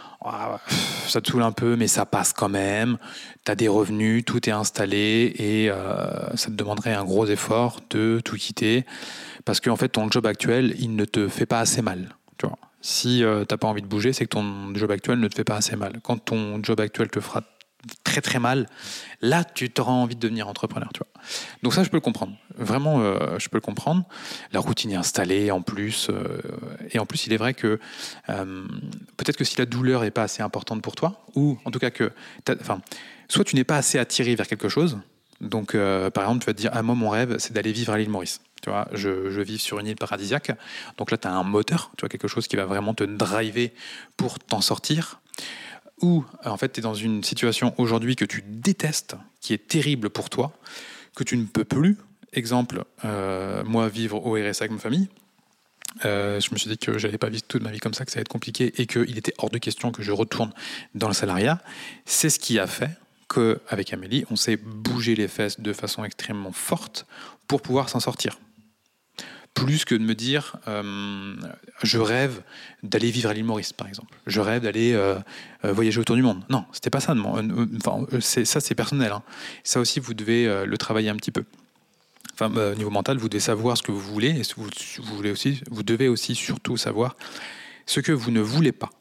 ça te saoule un peu, mais ça passe quand même. Tu as des revenus, tout est installé et ça te demanderait un gros effort de tout quitter parce qu'en fait, ton job actuel, il ne te fait pas assez mal, tu vois. Si t'as pas envie de bouger, c'est que ton job actuel ne te fait pas assez mal. Quand ton job actuel te fera très très mal, là tu t'auras envie de devenir entrepreneur, tu vois. Donc ça, je peux le comprendre. Vraiment, je peux le comprendre. La routine est installée en plus, et en plus, il est vrai que peut-être que si la douleur est pas assez importante pour toi, ou en tout cas que, soit tu n'es pas assez attiré vers quelque chose. Donc, par exemple, tu vas te dire, moi, mon rêve, c'est d'aller vivre à l'île Maurice. Tu vois, je vis sur une île paradisiaque. Donc là, tu as un moteur, tu vois, quelque chose qui va vraiment te driver pour t'en sortir. Ou, en fait, tu es dans une situation aujourd'hui que tu détestes, qui est terrible pour toi, que tu ne peux plus. Exemple, moi, vivre au RSA avec ma famille. Je me suis dit que je n'allais pas vivre toute ma vie comme ça, que ça allait être compliqué et qu'il était hors de question que je retourne dans le salariat. C'est ce qui a fait qu'avec Amélie, on s'est bougé les fesses de façon extrêmement forte pour pouvoir s'en sortir. Plus que de me dire je rêve d'aller vivre à l'île Maurice, par exemple. Je rêve d'aller voyager autour du monde. Non, c'était pas ça. C'est personnel. Hein. Ça aussi, vous devez le travailler un petit peu. Au niveau mental, vous devez savoir ce que vous voulez et vous devez aussi surtout savoir ce que vous ne voulez pas.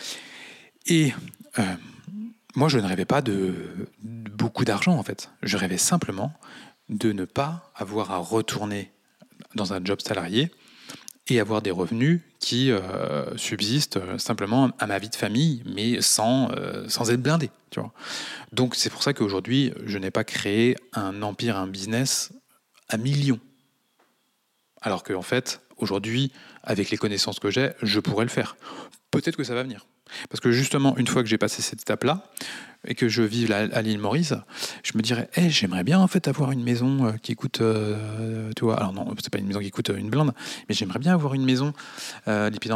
Et moi, je ne rêvais pas de beaucoup d'argent, en fait. Je rêvais simplement de ne pas avoir à retourner dans un job salarié et avoir des revenus qui subsistent simplement à ma vie de famille, mais sans être blindé. Tu vois. Donc c'est pour ça qu'aujourd'hui, je n'ai pas créé un empire, un business à millions. Alors qu'en fait, aujourd'hui, avec les connaissances que j'ai, je pourrais le faire. Peut-être que ça va venir. Parce que justement, une fois que j'ai passé cette étape-là, et que je vive à l'île Maurice, je me dirais, j'aimerais bien en fait avoir une maison qui coûte, tu vois, alors non, c'est pas une maison qui coûte une blinde, mais j'aimerais bien avoir une maison les pieds dans l'eau,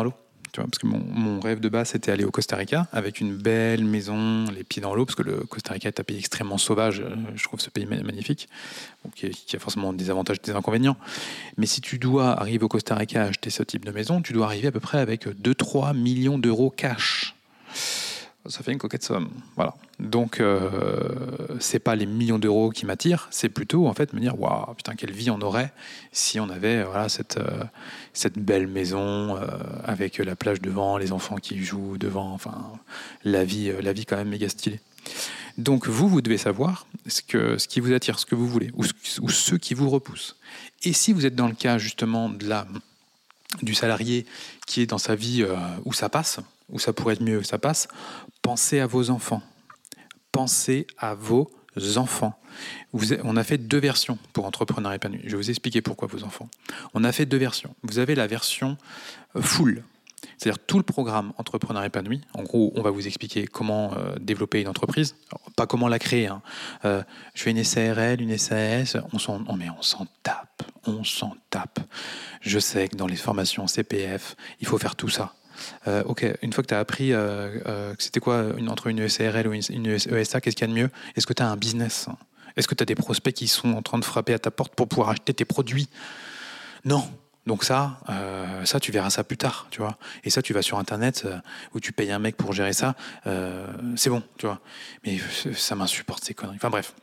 Tu vois, parce que mon rêve de base, c'était aller au Costa Rica avec une belle maison, les pieds dans l'eau, parce que le Costa Rica est un pays extrêmement sauvage. Je trouve ce pays magnifique, donc, qui a forcément des avantages et des inconvénients. Mais si tu dois arriver au Costa Rica à acheter ce type de maison, tu dois arriver à peu près avec 2-3 millions d'euros cash. Ça fait une coquette somme. Voilà. Donc, c'est pas les millions d'euros qui m'attirent, c'est plutôt en fait me dire waouh, putain, quelle vie on aurait si on avait cette belle maison avec la plage devant, les enfants qui jouent devant, enfin, la vie quand même méga stylée. Donc, vous devez savoir ce qui vous attire, ce que vous voulez, ou ce qui vous repousse. Et si vous êtes dans le cas justement du salarié qui est dans sa vie où ça passe, où ça pourrait être mieux, où ça passe, pensez à vos enfants. Pensez à vos enfants. On a fait 2 versions pour Entrepreneur épanoui. Je vais vous expliquer pourquoi vos enfants. On a fait 2 versions. Vous avez la version full, c'est-à-dire tout le programme Entrepreneur épanoui. En gros, on va vous expliquer comment développer une entreprise. Alors, pas comment la créer. Je fais une SARL, une SAS, on s'en tape. On s'en tape. Je sais que dans les formations CPF, il faut faire tout ça. Ok, une fois que tu as appris que c'était quoi entre une SARL ou une ESA, qu'est-ce qu'il y a de mieux? Est-ce que tu as un business? Est-ce que tu as des prospects qui sont en train de frapper à ta porte pour pouvoir acheter tes produits? Non. Donc ça, tu verras ça plus tard, tu vois. Et ça, tu vas sur Internet où tu payes un mec pour gérer ça. C'est bon, tu vois. Mais ça m'insupporte ces conneries. Enfin bref.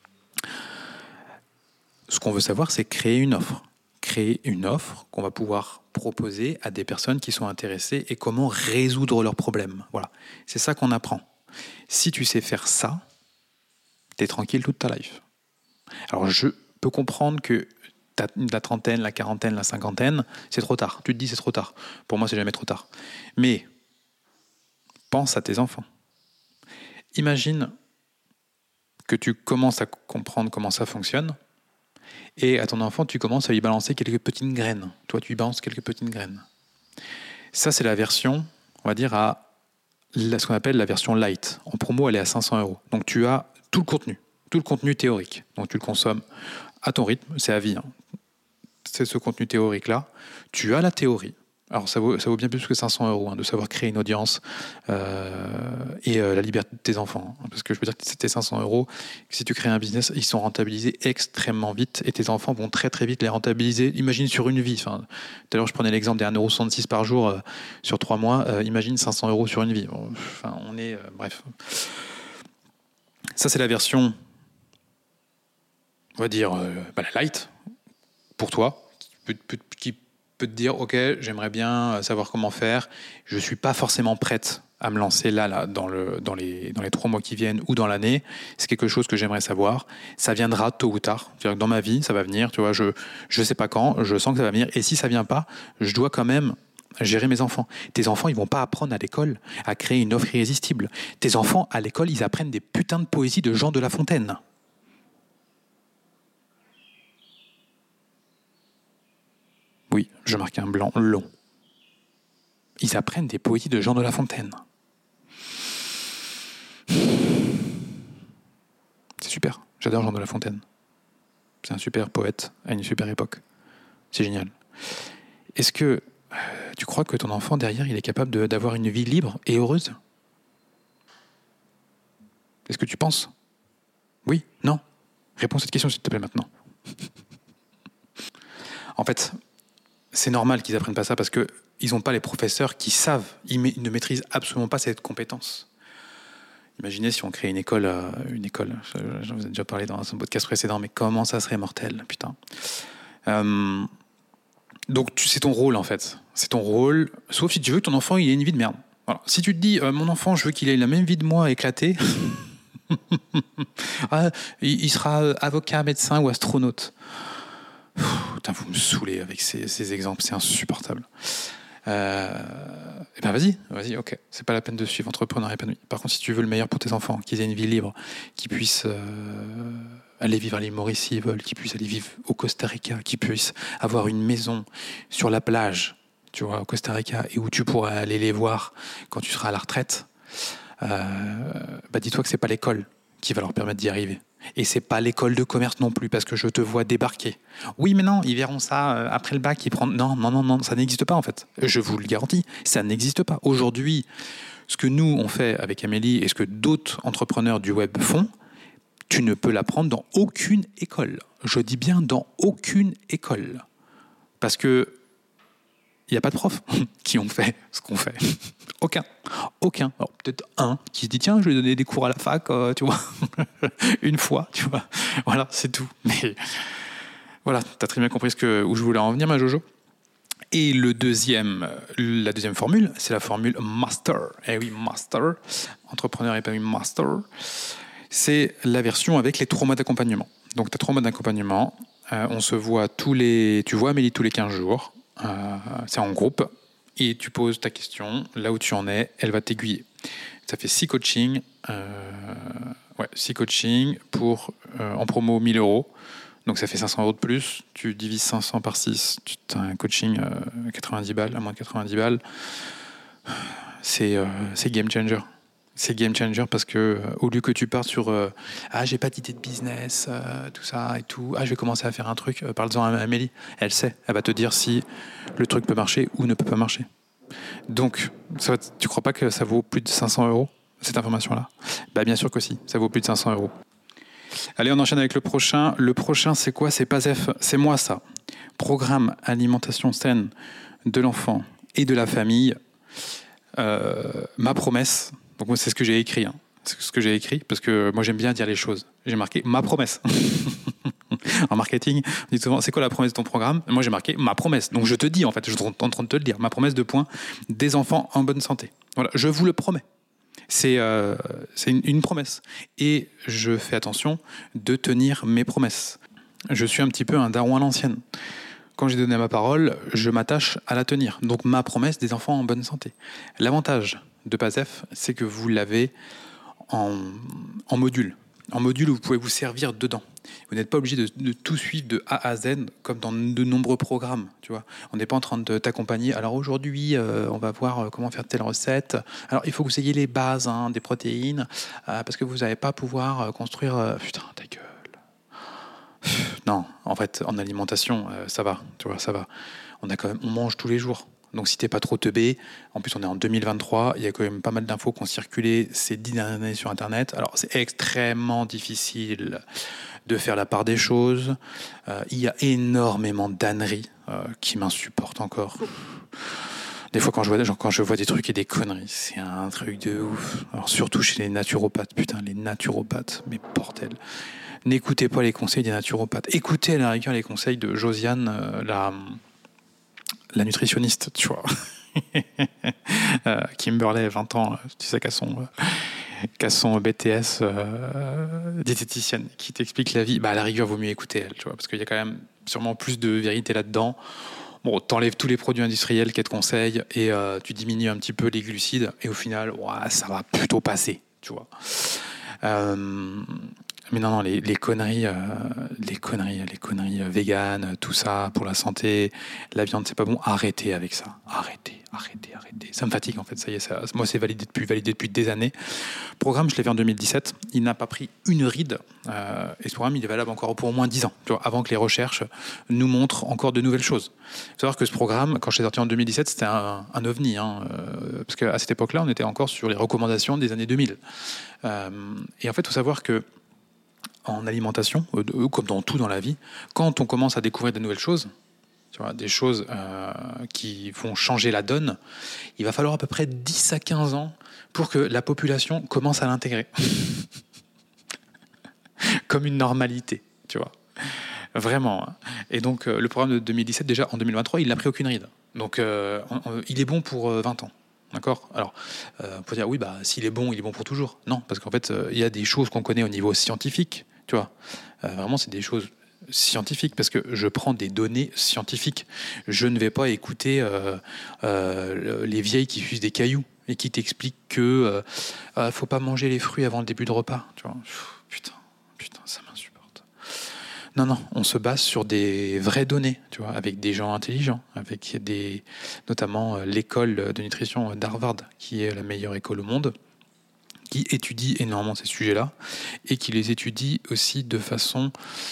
Ce qu'on veut savoir, c'est créer une offre. Créer une offre qu'on va pouvoir proposer à des personnes qui sont intéressées et comment résoudre leurs problèmes. Voilà. C'est ça qu'on apprend. Si tu sais faire ça, t'es tranquille toute ta life. Alors je peux comprendre que la trentaine, la quarantaine, la cinquantaine, c'est trop tard. Tu te dis c'est trop tard. Pour moi, c'est jamais trop tard. Mais pense à tes enfants. Imagine que tu commences à comprendre comment ça fonctionne et à ton enfant, tu commences à lui balancer quelques petites graines. Toi, tu lui balances quelques petites graines. Ça, c'est la version, on va dire, à ce qu'on appelle la version light. En promo, elle est à 500 €. Donc, tu as tout le contenu théorique. Donc, tu le consommes à ton rythme, c'est à vie. C'est ce contenu théorique-là. Tu as la théorie. Alors, ça vaut bien plus que 500 € de savoir créer une audience et la liberté de tes enfants. Parce que je peux dire que c'était 500 €. Si tu crées un business, ils sont rentabilisés extrêmement vite et tes enfants vont très très vite les rentabiliser. Imagine sur une vie. Enfin, tout à l'heure, je prenais l'exemple des 1,66 € par jour sur 3 mois. Imagine 500 € sur une vie. Bon, enfin, on est... bref. Ça, c'est la version, on va dire, la light, pour toi, qui peut te dire, ok, j'aimerais bien savoir comment faire, je ne suis pas forcément prête à me lancer là dans les 3 mois qui viennent ou dans l'année, c'est quelque chose que j'aimerais savoir, ça viendra tôt ou tard, c'est-à-dire que dans ma vie, ça va venir, tu vois, je ne sais pas quand, je sens que ça va venir, et si ça ne vient pas, je dois quand même gérer mes enfants. Tes enfants, ils vont pas apprendre à l'école à créer une offre irrésistible. Tes enfants, à l'école, ils apprennent des putains de poésies de Jean de La Fontaine. Oui, je marque un blanc long. Ils apprennent des poésies de Jean de La Fontaine. C'est super. J'adore Jean de La Fontaine. C'est un super poète à une super époque. C'est génial. Est-ce que tu crois que ton enfant, derrière, il est capable d'avoir une vie libre et heureuse? Est-ce que tu penses? Oui? Non? Réponds à cette question, s'il te plaît, maintenant. En fait, c'est normal qu'ils apprennent pas ça parce qu'ils n'ont pas les professeurs qui savent. Ils ne maîtrisent absolument pas cette compétence. Imaginez si on crée une école, je vous ai déjà parlé dans un podcast précédent, mais comment ça serait mortel, putain. Donc c'est ton rôle en fait. C'est ton rôle, sauf si tu veux que ton enfant il ait une vie de merde. Voilà. Si tu te dis, mon enfant, je veux qu'il ait la même vie de moi éclatée, il sera avocat, médecin ou astronaute. Putain, vous me saoulez avec ces exemples, c'est insupportable. Et ben vas-y, ok. C'est pas la peine de suivre Entrepreneur épanoui. Par contre, si tu veux le meilleur pour tes enfants, qu'ils aient une vie libre, qu'ils puissent aller vivre à l'île Maurice s'ils veulent, qu'ils puissent aller vivre au Costa Rica, qu'ils puissent avoir une maison sur la plage, tu vois, au Costa Rica, et où tu pourras aller les voir quand tu seras à la retraite, dis-toi que c'est pas l'école qui va leur permettre d'y arriver. Et c'est pas l'école de commerce non plus, parce que je te vois débarquer. Oui, mais non, ils verront ça après le bac. Non, ça n'existe pas en fait. Je vous le garantis, ça n'existe pas. Aujourd'hui, ce que nous, on fait avec Amélie et ce que d'autres entrepreneurs du web font, tu ne peux l'apprendre dans aucune école. Je dis bien dans aucune école. Parce que il n'y a pas de profs qui ont fait ce qu'on fait. Aucun. Alors peut-être un qui se dit tiens, je vais donner des cours à la fac, tu vois, une fois, tu vois. Voilà, c'est tout. Mais voilà, t'as très bien compris où je voulais en venir, ma Jojo. Et la deuxième formule, c'est la formule Master. Eh oui, Master. Entrepreneur épanoui Master. C'est la version avec les 3 mois d'accompagnement. Donc, tu as 3 mois d'accompagnement. On se voit tu vois Amélie tous les 15 jours. C'est en groupe. Et tu poses ta question, là où tu en es, elle va t'aiguiller. Ça fait 6 coachings. 6 coachings pour, en promo, 1 000 euros. Donc ça fait 500 euros de plus. Tu divises 500 par 6. Tu as un coaching à 90 balles, à moins de 90 balles. C'est game changer. C'est game changer parce que au lieu que tu partes sur j'ai pas d'idée de business, tout ça et tout, je vais commencer à faire un truc, parle-en à Amélie, elle sait, elle va te dire si le truc peut marcher ou ne peut pas marcher. Donc, tu crois pas que ça vaut plus de 500 euros, cette information-là ? Bien sûr que si, ça vaut plus de 500 euros. Allez, on enchaîne avec le prochain. Le prochain, c'est quoi ? C'est PASEF, c'est moi ça. Programme alimentation saine de l'enfant et de la famille. Ma promesse. Donc moi, c'est ce que j'ai écrit. C'est ce que j'ai écrit parce que moi, j'aime bien dire les choses. J'ai marqué ma promesse. En marketing, on dit souvent, c'est quoi la promesse de ton programme ? Moi, j'ai marqué ma promesse. Donc je te dis, en fait, je suis en train de te le dire. Ma promesse de points, des enfants en bonne santé. Voilà, je vous le promets. C'est une promesse. Et je fais attention de tenir mes promesses. Je suis un petit peu un daron à l'ancienne. Quand j'ai donné ma parole, je m'attache à la tenir. Donc ma promesse, des enfants en bonne santé. L'avantage de PASEF, c'est que vous l'avez en module. En module où vous pouvez vous servir dedans. Vous n'êtes pas obligé de tout suivre de A à Z comme dans de nombreux programmes. Tu vois. On n'est pas en train de t'accompagner. Alors aujourd'hui, on va voir comment faire telle recette. Alors il faut que vous ayez les bases des protéines parce que vous n'allez pas pouvoir construire... Putain, ta gueule. Non, en fait, en alimentation, ça va. Tu vois, ça va. On mange tous les jours. Donc si t'es pas trop teubé, en plus on est en 2023, il y a quand même pas mal d'infos qui ont circulé ces 10 dernières années sur Internet. Alors c'est extrêmement difficile de faire la part des choses. Il y a énormément d'âneries qui m'insupportent encore. Des fois quand je vois des trucs et des conneries, c'est un truc de ouf. Alors surtout chez les naturopathes, putain les naturopathes, mais bordel. N'écoutez pas les conseils des naturopathes. Écoutez à la rigueur les conseils de Josiane, la nutritionniste, tu vois. Kimberley, 20 ans, tu sais qu'à son BTS diététicienne qui t'explique la vie, à la rigueur, vaut mieux écouter elle, tu vois, parce qu'il y a quand même sûrement plus de vérité là-dedans. Bon, t'enlèves tous les produits industriels qu'elle te conseille et tu diminues un petit peu les glucides et au final, ça va plutôt passer, tu vois. Mais non, les conneries véganes, tout ça pour la santé, la viande c'est pas bon. Arrêtez avec ça. Arrêtez. Ça me fatigue en fait. Ça y est, moi c'est validé depuis des années. Le programme, je l'ai fait en 2017. Il n'a pas pris une ride. Et ce programme, il est valable encore pour au moins 10 ans, tu vois, avant que les recherches nous montrent encore de nouvelles choses. Il faut savoir que ce programme, quand je l'ai sorti en 2017, c'était un ovni, parce qu'à cette époque-là, on était encore sur les recommandations des années 2000. Et en fait, il faut savoir que en alimentation, comme dans tout dans la vie, quand on commence à découvrir de nouvelles choses, tu vois, des choses qui vont changer la donne, il va falloir à peu près 10 à 15 ans pour que la population commence à l'intégrer. Comme une normalité, tu vois. Vraiment. Et donc, le programme de 2017, déjà, en 2023, il n'a pris aucune ride. Donc, il est bon pour 20 ans. D'accord ? Alors, on peut dire, oui, s'il est bon, il est bon pour toujours. Non, parce qu'en fait, il y a des choses qu'on connaît au niveau scientifique, tu vois. Vraiment, c'est des choses scientifiques, parce que je prends des données scientifiques. Je ne vais pas écouter les vieilles qui fusent des cailloux et qui t'expliquent que faut pas manger les fruits avant le début de repas, tu vois. Putain, ça m'insupporte. Non, on se base sur des vraies données, tu vois, avec des gens intelligents, avec notamment l'école de nutrition d'Harvard, qui est la meilleure école au monde, qui étudie énormément ces sujets-là et qui les étudie aussi de façon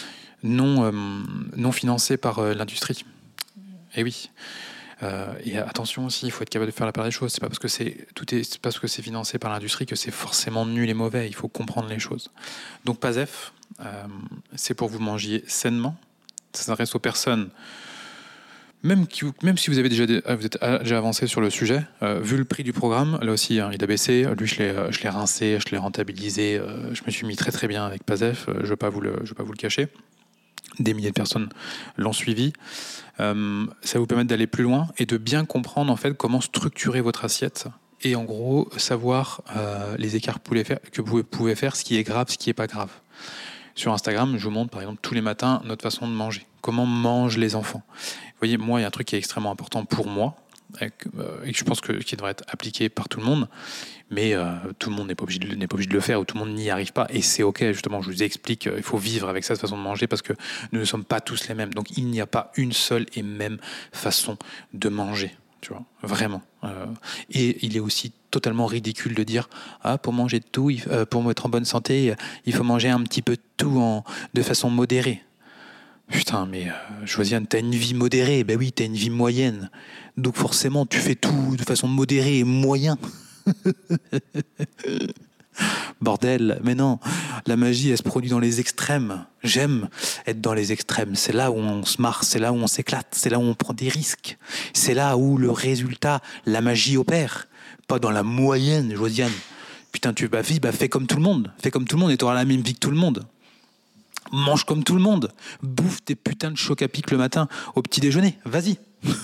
non financée par l'industrie. Et oui. Et attention aussi, il faut être capable de faire la part des choses. C'est pas parce que c'est financé par l'industrie que c'est forcément nul et mauvais. Il faut comprendre les choses. Donc PASEF, c'est pour que vous mangiez sainement. Ça s'adresse aux personnes, même si vous êtes déjà avancé sur le sujet, vu le prix du programme, là aussi, il a baissé. Lui, je l'ai rincé, je l'ai rentabilisé. Je me suis mis très très bien avec PASEF. Je ne vais pas vous le cacher. Des milliers de personnes l'ont suivi. Ça va vous permettre d'aller plus loin et de bien comprendre en fait comment structurer votre assiette et en gros savoir les écarts que vous pouvez faire, ce qui est grave, ce qui n'est pas grave. Sur Instagram, je vous montre par exemple tous les matins notre façon de manger. Comment mangent les enfants. Vous voyez, moi, il y a un truc qui est extrêmement important pour moi et que je pense qui devrait être appliqué par tout le monde. Mais tout le monde n'est pas obligé de le faire ou tout le monde n'y arrive pas. Et c'est OK, justement, je vous explique, il faut vivre avec cette façon de manger parce que nous ne sommes pas tous les mêmes. Donc il n'y a pas une seule et même façon de manger, tu vois, vraiment. Et il est aussi totalement ridicule de dire pour manger de tout, pour être en bonne santé, il faut manger un petit peu de tout de façon modérée. Putain, mais Josiane, t'as une vie modérée. Ben oui, t'as une vie moyenne. Donc forcément, tu fais tout de façon modérée et moyen. Bordel, mais non, la magie elle se produit dans les extrêmes. J'aime être dans les extrêmes, c'est là où on se marre, c'est là où on s'éclate, c'est là où on prend des risques, c'est là où le résultat, la magie opère, pas dans la moyenne, Josiane. Putain, fais comme tout le monde, et t'auras la même vie que tout le monde. Mange comme tout le monde, bouffe tes putains de choc à pic le matin au petit déjeuner, vas-y.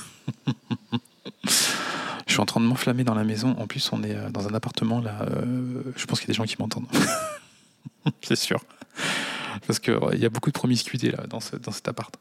Je suis en train de m'enflammer dans la maison. En plus, on est dans un appartement là. Je pense qu'il y a des gens qui m'entendent. C'est sûr. Parce qu'il y a beaucoup de promiscuité là dans cet appart.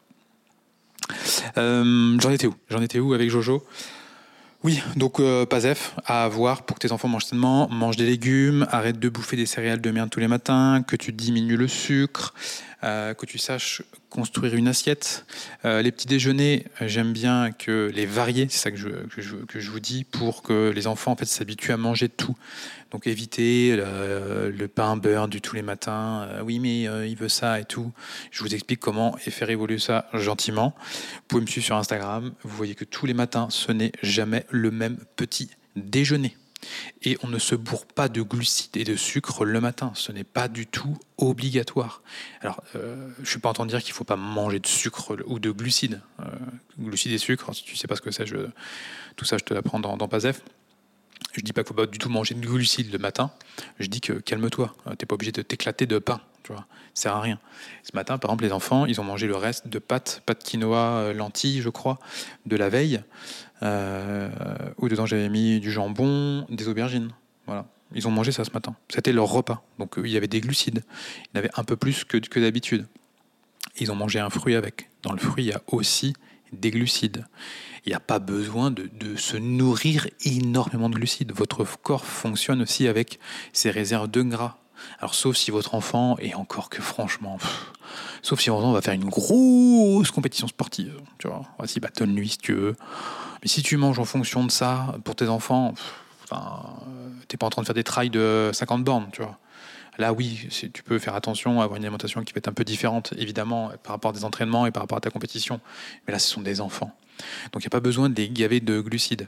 J'en étais où avec Jojo ? Oui, donc PASEF à avoir pour que tes enfants mangent sainement. Mange des légumes, arrête de bouffer des céréales de merde tous les matins, que tu diminues le sucre, que tu saches construire une assiette. Les petits déjeuners, j'aime bien que les varier, c'est ça que je vous dis, pour que les enfants en fait s'habituent à manger tout. Donc éviter le pain beurre du tous les matins. Oui, mais il veut ça et tout. Je vous explique comment et faire évoluer ça gentiment. Vous pouvez me suivre sur Instagram. Vous voyez que tous les matins, ce n'est jamais le même petit déjeuner. Et on ne se bourre pas de glucides et de sucre le matin. Ce n'est pas du tout obligatoire. Alors, je ne suis pas en train de dire qu'il ne faut pas manger de sucre ou de glucides. Glucides et sucre, si tu ne sais pas ce que c'est, tout ça, je te l'apprends dans PASEF. Je ne dis pas qu'il ne faut pas du tout manger de glucides le matin. Je dis que calme-toi. Tu n'es pas obligé de t'éclater de pain. Tu vois, ça sert à rien. Ce matin, par exemple, les enfants, ils ont mangé le reste de pâtes quinoa, lentilles, je crois, de la veille. Où dedans j'avais mis du jambon, des aubergines. Voilà. Ils ont mangé ça ce matin. C'était leur repas. Donc il y avait des glucides. Il y en avait un peu plus que d'habitude. Ils ont mangé un fruit avec. Dans le fruit, il y a aussi des glucides. Il n'y a pas besoin de se nourrir énormément de glucides. Votre corps fonctionne aussi avec ses réserves de gras. Alors sauf si votre enfant, et encore que franchement, sauf si votre enfant va faire une grosse compétition sportive, tu vois, vas-y, bâtonne-lui si tu veux. Mais si tu manges en fonction de ça, pour tes enfants, t'es pas en train de faire des trails de 50 bornes, tu vois. Là, oui, tu peux faire attention à avoir une alimentation qui va être un peu différente, évidemment, par rapport à des entraînements et par rapport à ta compétition. Mais là, ce sont des enfants. Donc, il n'y a pas besoin de les gaver de glucides.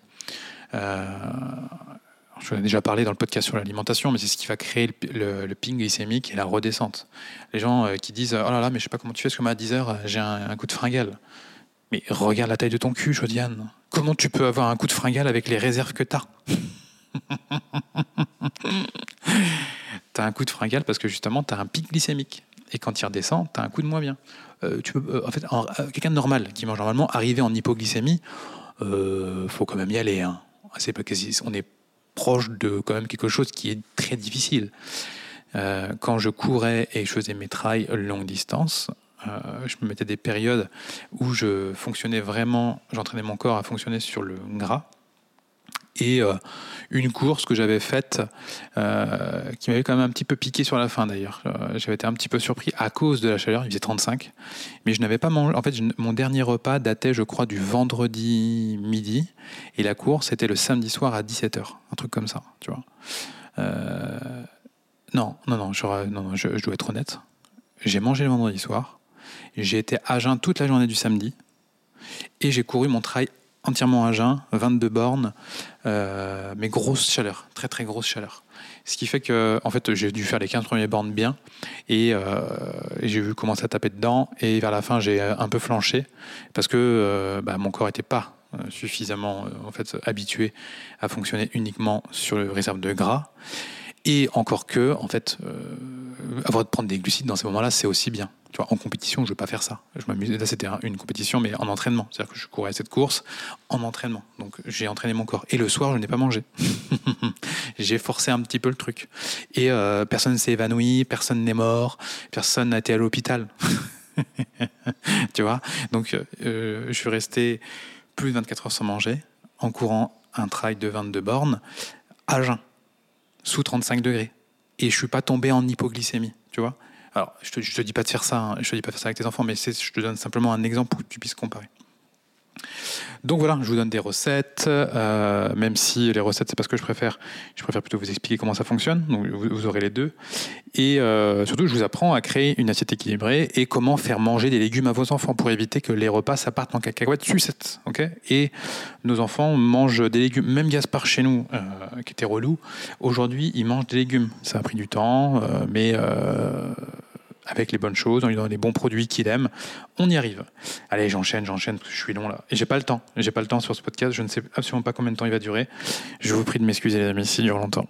Je en ai déjà parlé dans le podcast sur l'alimentation, mais c'est ce qui va créer le pic glycémique et la redescente. Les gens qui disent « Oh là là, mais je sais pas comment tu fais, parce que moi, à 10h, j'ai un coup de fringale. » Mais regarde la taille de ton cul, Josiane. Comment tu peux avoir un coup de fringale avec les réserves que t'as ? T'as un coup de fringale parce que justement, t'as un pic glycémique. Et quand il redescend, t'as un coup de moins bien. Quelqu'un de normal, qui mange normalement, arrivé en hypoglycémie, faut quand même y aller. Hein. C'est pas on est proche de quand même quelque chose qui est très difficile. Quand je courais et je faisais mes trails longue distance, je me mettais des périodes où je fonctionnais vraiment, j'entraînais mon corps à fonctionner sur le gras. Et une course que j'avais faite qui m'avait quand même un petit peu piqué sur la fin d'ailleurs. J'avais été un petit peu surpris à cause de la chaleur, il faisait 35. Mais je n'avais pas mangé. En fait, mon dernier repas datait, je crois, du vendredi midi. Et la course, c'était le samedi soir à 17h. Un truc comme ça, tu vois. Non, je dois être honnête. J'ai mangé le vendredi soir, j'ai été à jeun toute la journée du samedi, et j'ai couru mon trail entièrement à jeun, 22 bornes, mais grosse chaleur, très très grosse chaleur. Ce qui fait que, en fait, j'ai dû faire les 15 premières bornes bien, et j'ai vu commencer à taper dedans, et vers la fin, j'ai un peu flanché, parce que mon corps n'était pas suffisamment en fait, habitué à fonctionner uniquement sur le réserve de gras. Et encore que, en fait, avoir de prendre des glucides dans ces moments-là, c'est aussi bien. Tu vois, en compétition, je ne veux pas faire ça. Je m'amusais. Là, c'était une compétition, mais en entraînement. C'est-à-dire que je courais cette course en entraînement. Donc, j'ai entraîné mon corps. Et le soir, je n'ai pas mangé. J'ai forcé un petit peu le truc. Et personne ne s'est évanoui, personne n'est mort, personne n'a été à l'hôpital. Tu vois. Donc, je suis resté plus de 24 heures sans manger, en courant un trail de 22 bornes, à jeun, sous 35 degrés. Et je suis pas tombé en hypoglycémie, tu vois. Alors, je te dis pas de faire ça, hein, je te dis pas de faire ça avec tes enfants, mais je te donne simplement un exemple pour que tu puisses comparer. Donc voilà, je vous donne des recettes, même si les recettes, c'est pas ce que je préfère plutôt vous expliquer comment ça fonctionne, donc vous aurez les deux. Et surtout, je vous apprends à créer une assiette équilibrée et comment faire manger des légumes à vos enfants pour éviter que les repas ça parte en cacahuètes sucettes. Okay, et nos enfants mangent des légumes, même Gaspard chez nous, qui était relou, aujourd'hui, il mange des légumes. Ça a pris du temps, mais avec les bonnes choses, en lui donnant les bons produits qu'il aime, on y arrive. Allez, j'enchaîne, parce que je suis long là. Et j'ai pas le temps sur ce podcast, je ne sais absolument pas combien de temps il va durer. Je vous prie de m'excuser les amis, s'il dure longtemps.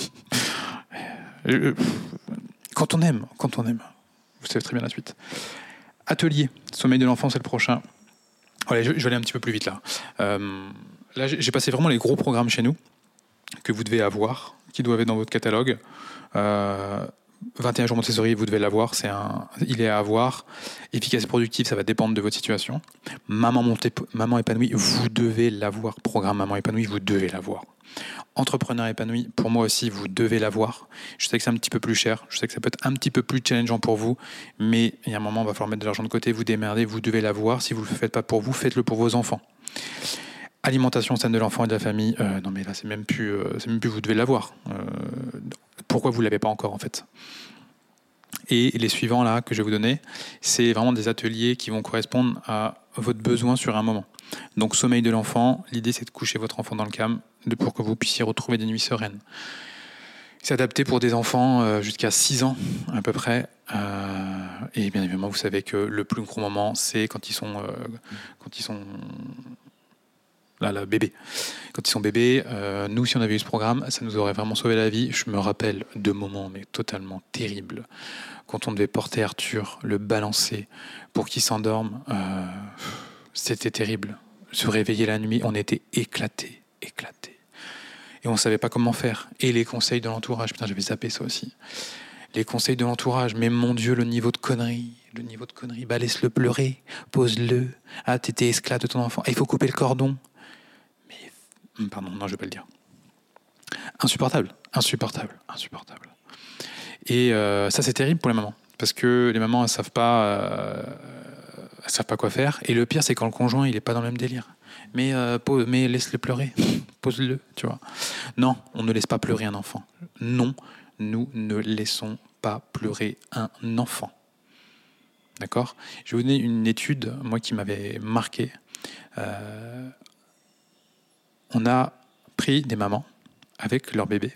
Quand on aime, vous savez très bien la suite. Atelier, sommeil de l'enfant, c'est le prochain. Allez, je vais aller un petit peu plus vite là. Là, j'ai passé vraiment les gros programmes chez nous, que vous devez avoir, qui doivent être dans votre catalogue. 21 jours Montessori, vous devez l'avoir, il est à avoir. Efficace et productif, ça va dépendre de votre situation. Maman épanouie, vous devez l'avoir. Programme Maman épanouie, vous devez l'avoir. Entrepreneur épanoui, pour moi aussi, vous devez l'avoir. Je sais que c'est un petit peu plus cher, je sais que ça peut être un petit peu plus challengeant pour vous, mais il y a un moment, il va falloir mettre de l'argent de côté, vous démerder, vous devez l'avoir. Si vous ne le faites pas pour vous, faites-le pour vos enfants. Alimentation saine de l'enfant et de la famille, non mais là c'est même plus vous devez l'avoir. Pourquoi vous ne l'avez pas encore en fait? Et les suivants là que je vais vous donner, c'est vraiment des ateliers qui vont correspondre à votre besoin sur un moment. Donc sommeil de l'enfant, l'idée c'est de coucher votre enfant dans le calme pour que vous puissiez retrouver des nuits sereines. C'est adapté pour des enfants jusqu'à 6 ans à peu près. Et bien évidemment, vous savez que le plus gros moment, c'est quand ils sont bébés. Quand ils sont bébés, nous, si on avait eu ce programme, ça nous aurait vraiment sauvé la vie. Je me rappelle de moments mais totalement terribles. Quand on devait porter Arthur, le balancer pour qu'il s'endorme, c'était terrible. Se réveiller la nuit, on était éclatés. Et on ne savait pas comment faire. Et les conseils de l'entourage, putain, j'avais zappé ça aussi. Les conseils de l'entourage, mais mon Dieu, le niveau de connerie, bah laisse-le pleurer, pose-le. Ah, t'étais esclave de ton enfant. Ah, il faut couper le cordon. Mais, pardon, non, je vais pas le dire. Insupportable. Et ça, c'est terrible pour les mamans. Parce que les mamans, elles savent pas quoi faire. Et le pire, c'est quand le conjoint, il est pas dans le même délire. Mais laisse-le pleurer. Pose-le, tu vois. Non, on ne laisse pas pleurer un enfant. Non, nous ne laissons pas pleurer un enfant. D'accord ? Je vais vous donner une étude, moi, qui m'avait marqué. On a pris des mamans avec leur bébé.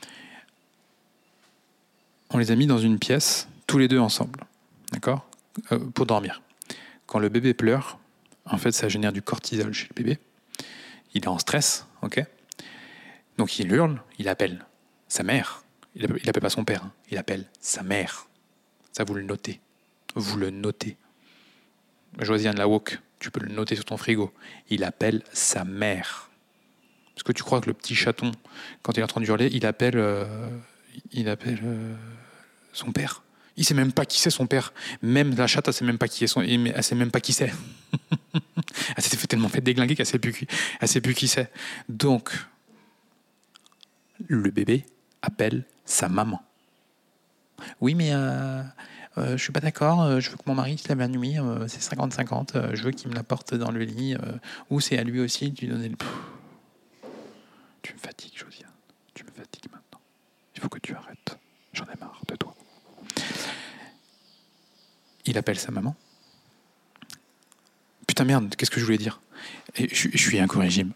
On les a mis dans une pièce, tous les deux ensemble. D'accord ? Pour dormir. Quand le bébé pleure, en fait, ça génère du cortisol chez le bébé. Il est en stress, ok ? Donc il hurle, il appelle sa mère. Il appelle pas son père, hein. Il appelle sa mère. Ça, vous le notez. Josiane Lawok, tu peux le noter sur ton frigo. Il appelle sa mère. Est-ce que tu crois que le petit chaton, quand il est en train de hurler, il appelle son père? Il sait même pas qui c'est son père. Même la chatte, elle sait même pas qui est elle sait même pas qui c'est. Elle s'est tellement fait déglinguer qu'elle sait plus qui c'est. Donc, le bébé appelle sa maman. Oui, mais je suis pas d'accord. Je veux que mon mari se lève la nuit. C'est 50-50. Je veux qu'il me la porte dans le lit. Ou c'est à lui aussi de lui donner le... Tu me fatigues, Josiane. Tu me fatigues maintenant. Il faut que tu arrêtes. J'en ai marre. il appelle sa maman. Putain merde, qu'est-ce que je voulais dire? Et je suis incorrigible.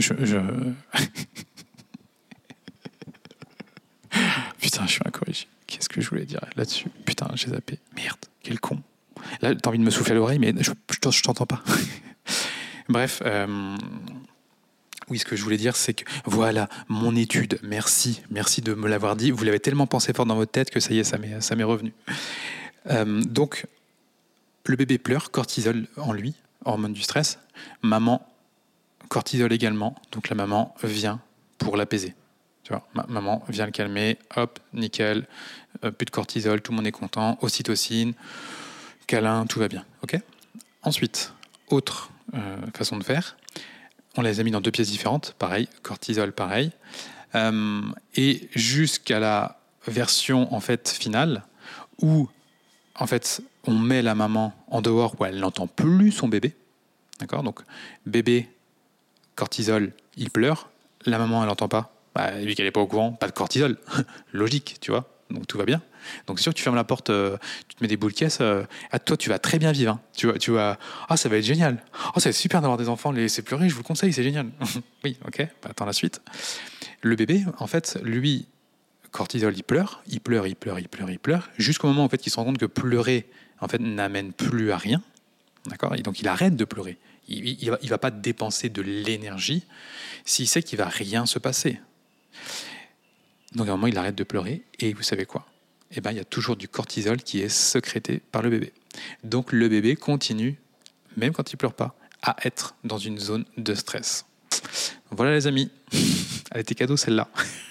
Putain, je suis incorrigible. Qu'est-ce que je voulais dire là-dessus? Putain, j'ai zappé. Merde, quel con. Là, t'as envie de me souffler à l'oreille, mais je t'entends pas. Bref, oui, ce que je voulais dire, c'est que voilà, mon étude, merci de me l'avoir dit. Vous l'avez tellement pensé fort dans votre tête que ça y est, ça m'est revenu. Donc, le bébé pleure, cortisol en lui, hormone du stress. Maman, cortisol également. Donc la maman vient pour l'apaiser. Tu vois, maman vient le calmer, hop, nickel, plus de cortisol, tout le monde est content, ocytocine, câlin, tout va bien. Ok ? Ensuite, autre façon de faire, on les a mis dans 2 pièces différentes, pareil, cortisol, pareil, et jusqu'à la version en fait finale où en fait on met la maman en dehors où elle n'entend plus son bébé, d'accord ? Donc bébé, cortisol, il pleure, la maman elle n'entend pas. Vu qu'elle n'est pas au courant, pas de cortisol. Logique, tu vois. Donc tout va bien. Donc c'est sûr que tu fermes la porte, tu te mets des boules caisses. Toi, tu vas très bien vivre. Hein. Tu vas. Ah, ça va être génial. Oh, ça va être super d'avoir des enfants. Laissez pleurer, je vous le conseille, c'est génial. Oui, ok. Attends la suite. Le bébé, en fait, lui, cortisol, il pleure, jusqu'au moment en fait qu'il se rend compte que pleurer, en fait, n'amène plus à rien. D'accord ? Et donc il arrête de pleurer. Il va pas dépenser de l'énergie s'il sait qu'il va rien se passer. Donc à un moment, il arrête de pleurer et vous savez quoi ? Eh ben, il y a toujours du cortisol qui est sécrété par le bébé. Donc le bébé continue, même quand il pleure pas, à être dans une zone de stress. Voilà les amis, elle était cadeau celle-là.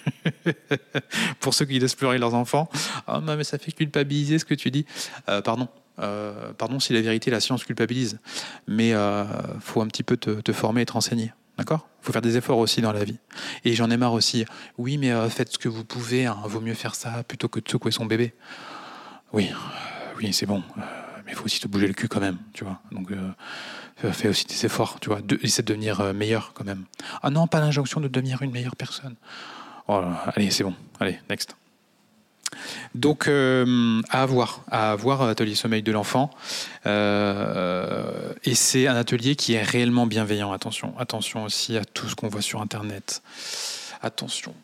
Pour ceux qui laissent pleurer leurs enfants, oh mais ça fait culpabiliser ce que tu dis. Pardon si la vérité, la science culpabilise, mais faut un petit peu te former et te renseigner. D'accord ? Il faut faire des efforts aussi dans la vie. Et j'en ai marre aussi. Oui, mais faites ce que vous pouvez. Hein, vaut mieux faire ça plutôt que de secouer son bébé. Oui, c'est bon. Mais il faut aussi te bouger le cul quand même, tu vois. Donc, fais aussi des efforts, tu vois. Essaie de devenir meilleur quand même. Ah non, pas l'injonction de devenir une meilleure personne. Oh là, allez, c'est bon. Allez, next. Donc, à avoir Atelier Sommeil de l'enfant. Et c'est un atelier qui est réellement bienveillant. Attention aussi à tout ce qu'on voit sur Internet. Attention.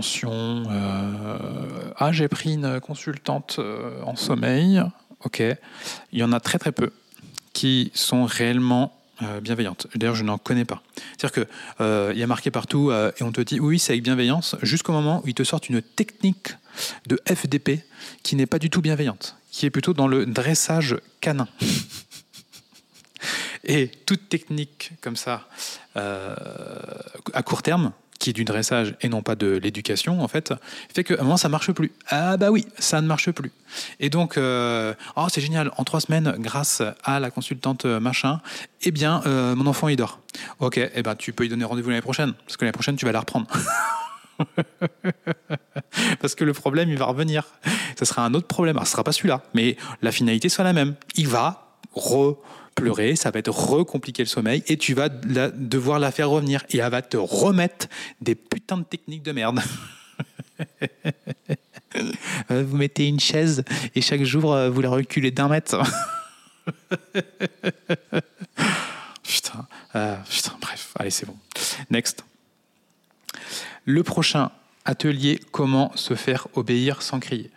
J'ai pris une consultante en sommeil. Ok. Il y en a très très peu qui sont réellement bienveillantes. D'ailleurs, je n'en connais pas. C'est-à-dire qu'il y a marqué partout et on te dit oui, c'est avec bienveillance, jusqu'au moment où ils te sortent une technique de FDP qui n'est pas du tout bienveillante, qui est plutôt dans le dressage canin. Et toute technique comme ça, à court terme, qui est du dressage et non pas de l'éducation, en fait, fait qu'à un moment, ça ne marche plus. Ah bah oui, ça ne marche plus. Et donc, c'est génial, en 3 semaines, grâce à la consultante machin, eh bien, mon enfant, il dort. Ok, tu peux lui donner rendez-vous l'année prochaine, parce que l'année prochaine, tu vas la reprendre. Parce que le problème, il va revenir. Ce sera un autre problème. Alors, ce ne sera pas celui-là, mais la finalité sera la même. Il va pleurer, ça va être recompliquer le sommeil et tu vas devoir la faire revenir et elle va te remettre des putains de techniques de merde. Vous mettez une chaise et chaque jour vous la reculez d'1 mètre. Putain, bref, allez, c'est bon. Next. Le prochain atelier, comment se faire obéir sans crier.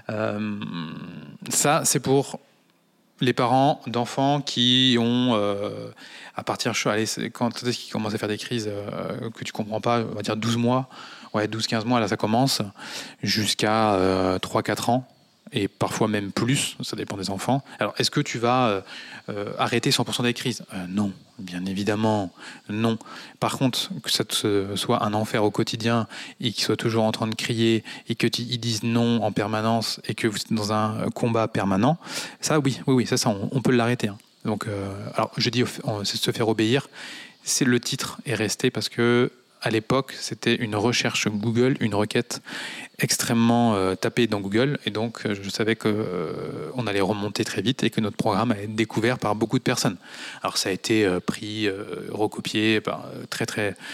Ça, c'est pour les parents d'enfants qui ont, à partir, quand est-ce qu'ils commencent à faire des crises que tu comprends pas, on va dire 12 mois, 12-15 mois, là ça commence, jusqu'à 3-4 ans, et parfois même plus, ça dépend des enfants. Alors, est-ce que tu vas arrêter 100% des crises ? Non, bien évidemment, non. Par contre, que ça soit un enfer au quotidien et qu'ils soient toujours en train de crier et qu'ils disent non en permanence et que vous êtes dans un combat permanent, ça, oui, ça on peut l'arrêter. Hein. Donc, alors, je dis c'est se faire obéir, le titre est resté parce que à l'époque, c'était une recherche Google, une requête extrêmement tapée dans Google. Et donc, je savais qu'on allait remonter très vite et que notre programme allait être découvert par beaucoup de personnes. Alors, ça a été pris, recopié par très, très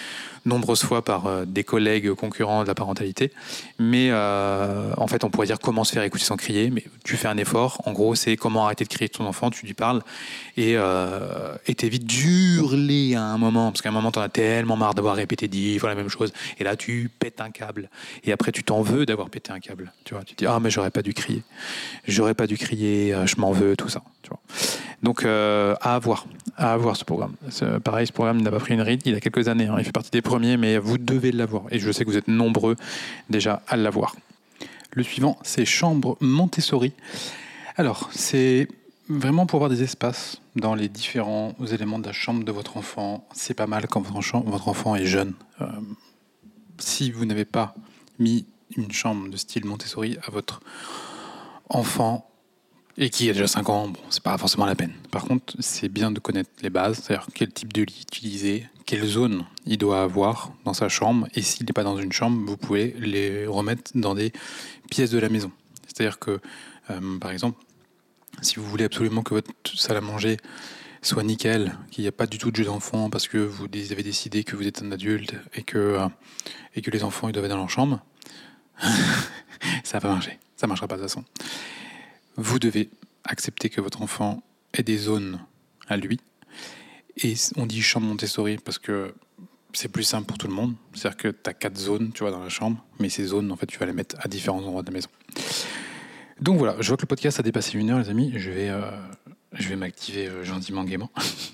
nombreuses fois par des collègues concurrents de la parentalité. Mais en fait, on pourrait dire comment se faire écouter sans crier. Mais tu fais un effort. En gros, c'est comment arrêter de crier ton enfant. Tu lui parles et t'évites d'hurler à un moment. Parce qu'à un moment, t'en as tellement marre d'avoir répété 10 fois la même chose. Et là, tu pètes un câble. Et après, tu t'en veux d'avoir pété un câble. Tu vois, tu te dis, ah, mais j'aurais pas dû crier. J'aurais pas dû crier, je m'en veux, tout ça. Tu vois. Donc, à avoir ce programme. Pareil, ce programme, il n'a pas pris une ride, il a quelques années. Il fait partie des premiers, mais vous devez l'avoir. Et je sais que vous êtes nombreux déjà à l'avoir. Le suivant, c'est Chambre Montessori. Alors, c'est vraiment pour avoir des espaces dans les différents éléments de la chambre de votre enfant. C'est pas mal quand votre enfant est jeune. Si vous n'avez pas mis une chambre de style Montessori à votre enfant et qui a déjà 5 ans, bon, c'est pas forcément la peine. Par contre, c'est bien de connaître les bases, c'est-à-dire quel type de lit utiliser, quelle zone il doit avoir dans sa chambre, et s'il n'est pas dans une chambre, vous pouvez les remettre dans des pièces de la maison. C'est-à-dire que, par exemple, si vous voulez absolument que votre salle à manger soit nickel, qu'il n'y a pas du tout de jeu d'enfant parce que vous avez décidé que vous êtes un adulte et que les enfants ils doivent être dans leur chambre, ça va pas marcher. Ça marchera pas de toute façon. Vous devez accepter que votre enfant ait des zones à lui. Et on dit chambre Montessori parce que c'est plus simple pour tout le monde. C'est-à-dire que tu as 4 zones, tu vois, dans la chambre, mais ces zones, en fait, tu vas les mettre à différents endroits de la maison. Donc voilà, je vois que le podcast a dépassé 1 heure, les amis. Je vais m'activer gentiment, gaiement.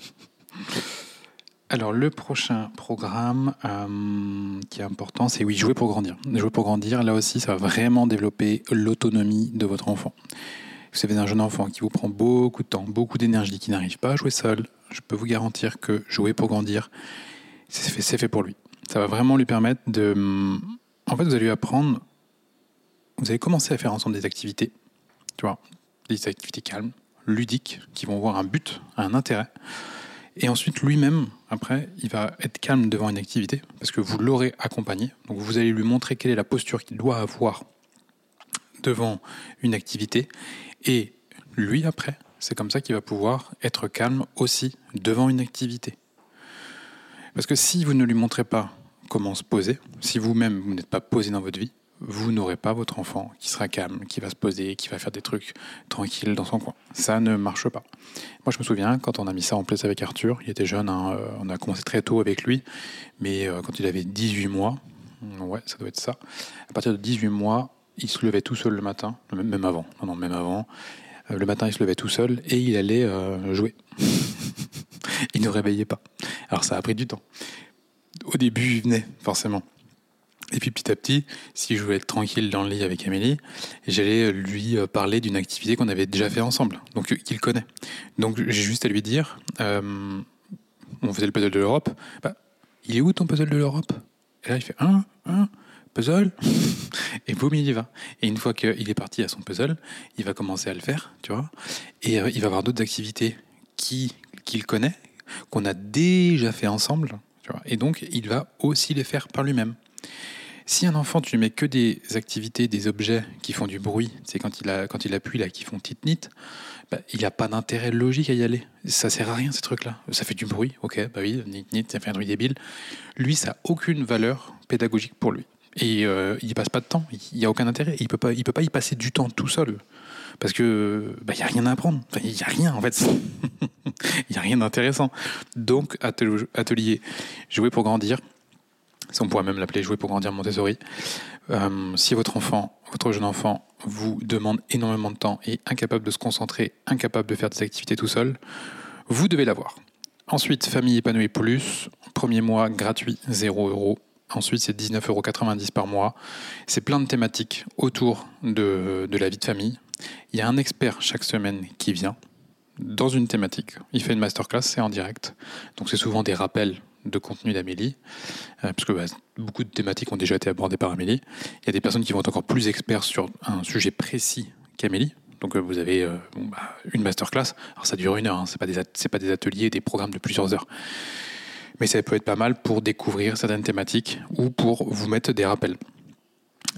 Alors, le prochain programme qui est important, c'est jouer pour grandir. Jouer pour grandir, là aussi, ça va vraiment développer l'autonomie de votre enfant. Si vous avez un jeune enfant qui vous prend beaucoup de temps, beaucoup d'énergie, qui n'arrive pas à jouer seul, je peux vous garantir que jouer pour grandir, c'est fait pour lui. Ça va vraiment lui permettre de... En fait, vous allez lui apprendre... Vous allez commencer à faire ensemble des activités, tu vois, des activités calmes, ludiques, qui vont avoir un but, un intérêt. Et ensuite, lui-même, après, il va être calme devant une activité, parce que vous l'aurez accompagné. Donc, vous allez lui montrer quelle est la posture qu'il doit avoir devant une activité. Et lui, après, c'est comme ça qu'il va pouvoir être calme aussi devant une activité. Parce que si vous ne lui montrez pas comment se poser, si vous-même, vous n'êtes pas posé dans votre vie, vous n'aurez pas votre enfant qui sera calme, qui va se poser, qui va faire des trucs tranquilles dans son coin. Ça ne marche pas. Moi, je me souviens, quand on a mis ça en place avec Arthur, il était jeune, on a commencé très tôt avec lui, mais quand il avait 18 mois, ouais, ça doit être ça, à partir de 18 mois, il se levait tout seul le matin, même avant, le matin, il se levait tout seul et il allait jouer. Il ne réveillait pas. Alors, ça a pris du temps. Au début, il venait, forcément. Et puis petit à petit, si je voulais être tranquille dans le lit avec Amélie, j'allais lui parler d'une activité qu'on avait déjà fait ensemble, donc qu'il connaît. Donc j'ai juste à lui dire, on faisait le puzzle de l'Europe, il est où ton puzzle de l'Europe? Et là il fait puzzle, et boum, il y va. Et une fois qu'il est parti à son puzzle, il va commencer à le faire, tu vois, et il va avoir d'autres activités qu'il connaît, qu'on a déjà fait ensemble, tu vois, et donc il va aussi les faire par lui-même. Si un enfant, tu lui mets que des activités, des objets qui font du bruit, c'est quand il appuie là, qui font tit-nit, il n'a pas d'intérêt logique à y aller. Ça sert à rien ces trucs-là. Ça fait du bruit, ok, oui, nit-nit, ça fait un bruit débile. Lui, ça n'a aucune valeur pédagogique pour lui. Et il n'y passe pas de temps, il n'y a aucun intérêt. Il peut pas y passer du temps tout seul. Parce que il n'y a rien à apprendre. Enfin, il n'y a rien en fait. Il n'y a rien d'intéressant. Donc, atelier jouer pour grandir. On pourrait même l'appeler jouer pour grandir Montessori. Si votre jeune enfant vous demande énormément de temps et incapable de se concentrer, incapable de faire des activités tout seul, vous devez l'avoir. Ensuite, Famille épanouie plus, premier mois gratuit, 0 €. Ensuite, c'est 19,90 € par mois. C'est plein de thématiques autour de la vie de famille. Il y a un expert chaque semaine qui vient dans une thématique. Il fait une masterclass, c'est en direct. Donc c'est souvent des rappels de contenu d'Amélie, parce que beaucoup de thématiques ont déjà été abordées par Amélie. Il y a des personnes qui vont être encore plus experts sur un sujet précis qu'Amélie. Donc vous avez une masterclass. Alors ça dure 1 heure, c'est pas des ateliers, des programmes de plusieurs heures. Mais ça peut être pas mal pour découvrir certaines thématiques ou pour vous mettre des rappels.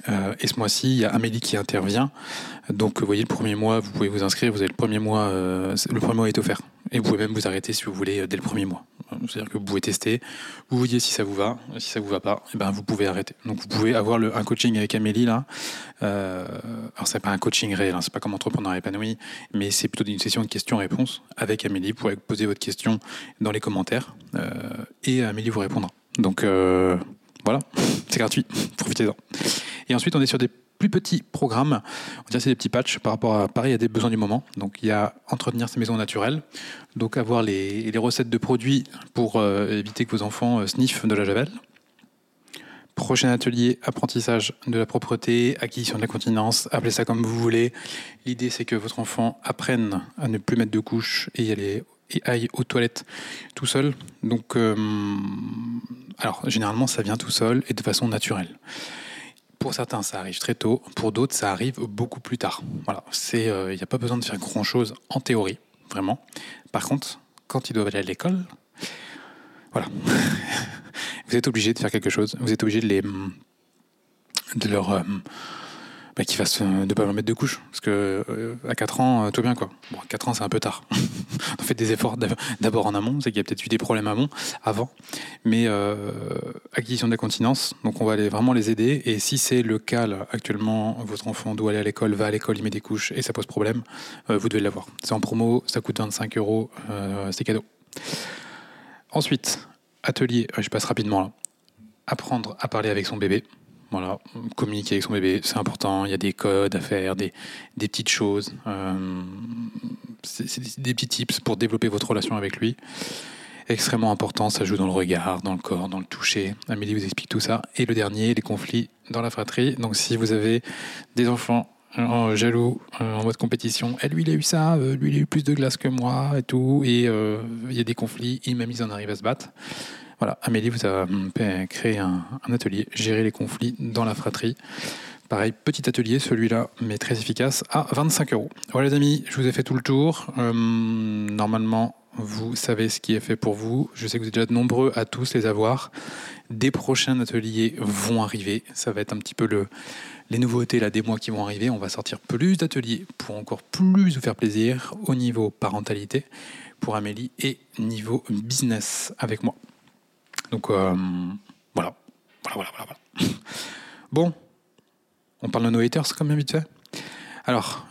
Et ce mois-ci, il y a Amélie qui intervient. Donc, vous voyez, le premier mois, vous pouvez vous inscrire. Vous avez le premier mois est offert. Et vous pouvez même vous arrêter si vous voulez dès le premier mois. C'est-à-dire que vous pouvez tester, vous voyez si ça vous va. Si ça vous va pas, eh ben, vous pouvez arrêter. Donc, vous pouvez avoir un coaching avec Amélie là. Alors, c'est pas un coaching réel, hein, c'est pas comme Entrepreneur épanoui, mais c'est plutôt une session de questions-réponses avec Amélie. Vous pourrez poser votre question dans les commentaires et Amélie vous répondra. Donc, voilà, c'est gratuit. Profitez-en. Et ensuite, on est sur des plus petits programmes. On va dire c'est des petits patchs par rapport à pareil à des besoins du moment. Donc il y a entretenir ses maisons naturelles, donc avoir les recettes de produits pour éviter que vos enfants sniffent de la javel. Prochain atelier, apprentissage de la propreté, acquisition de la continence, appelez ça comme vous voulez. L'idée c'est que votre enfant apprenne à ne plus mettre de couches et aille aux toilettes tout seul. Donc alors généralement ça vient tout seul et de façon naturelle. Pour certains, ça arrive très tôt. Pour d'autres, ça arrive beaucoup plus tard. Voilà, il n'y a pas besoin de faire grand-chose en théorie, vraiment. Par contre, quand ils doivent aller à l'école, voilà, vous êtes obligé de faire quelque chose. Vous êtes obligé de leur qu'ils fassent de pas leur mettre de couche, parce que à 4 ans, tout bien quoi. Bon, à 4 ans, c'est un peu tard. On fait des efforts d'abord en amont, c'est qu'il y a peut-être eu des problèmes avant, mais acquisition de la continence, donc on va vraiment les aider, et si c'est le cas là, actuellement, votre enfant doit aller à l'école, va à l'école, il met des couches et ça pose problème, vous devez l'avoir. C'est en promo, ça coûte 25 €, c'est cadeau. Ensuite, atelier, je passe rapidement là. Apprendre à parler avec son bébé. Voilà, communiquer avec son bébé, c'est important. Il y a des codes à faire, des petites choses. C'est des petits tips pour développer votre relation avec lui. Extrêmement important, ça joue dans le regard, dans le corps, dans le toucher. Amélie vous explique tout ça. Et le dernier, les conflits dans la fratrie. Donc si vous avez des enfants jaloux, en mode compétition, lui il a eu ça, lui il a eu plus de glace que moi et tout, et il y a des conflits, et même ils en arrivent à se battre. Voilà, Amélie vous a créé un atelier, gérer les conflits dans la fratrie. Pareil, petit atelier, celui-là, mais très efficace, à 25 €. Voilà les amis, je vous ai fait tout le tour. Normalement, vous savez ce qui est fait pour vous. Je sais que vous êtes déjà nombreux à tous les avoir. Des prochains ateliers vont arriver. Ça va être un petit peu les nouveautés là, des mois qui vont arriver. On va sortir plus d'ateliers pour encore plus vous faire plaisir au niveau parentalité pour Amélie et niveau business avec moi. Donc voilà. Bon, on parle de nos haters comme bien vite fait. Alors,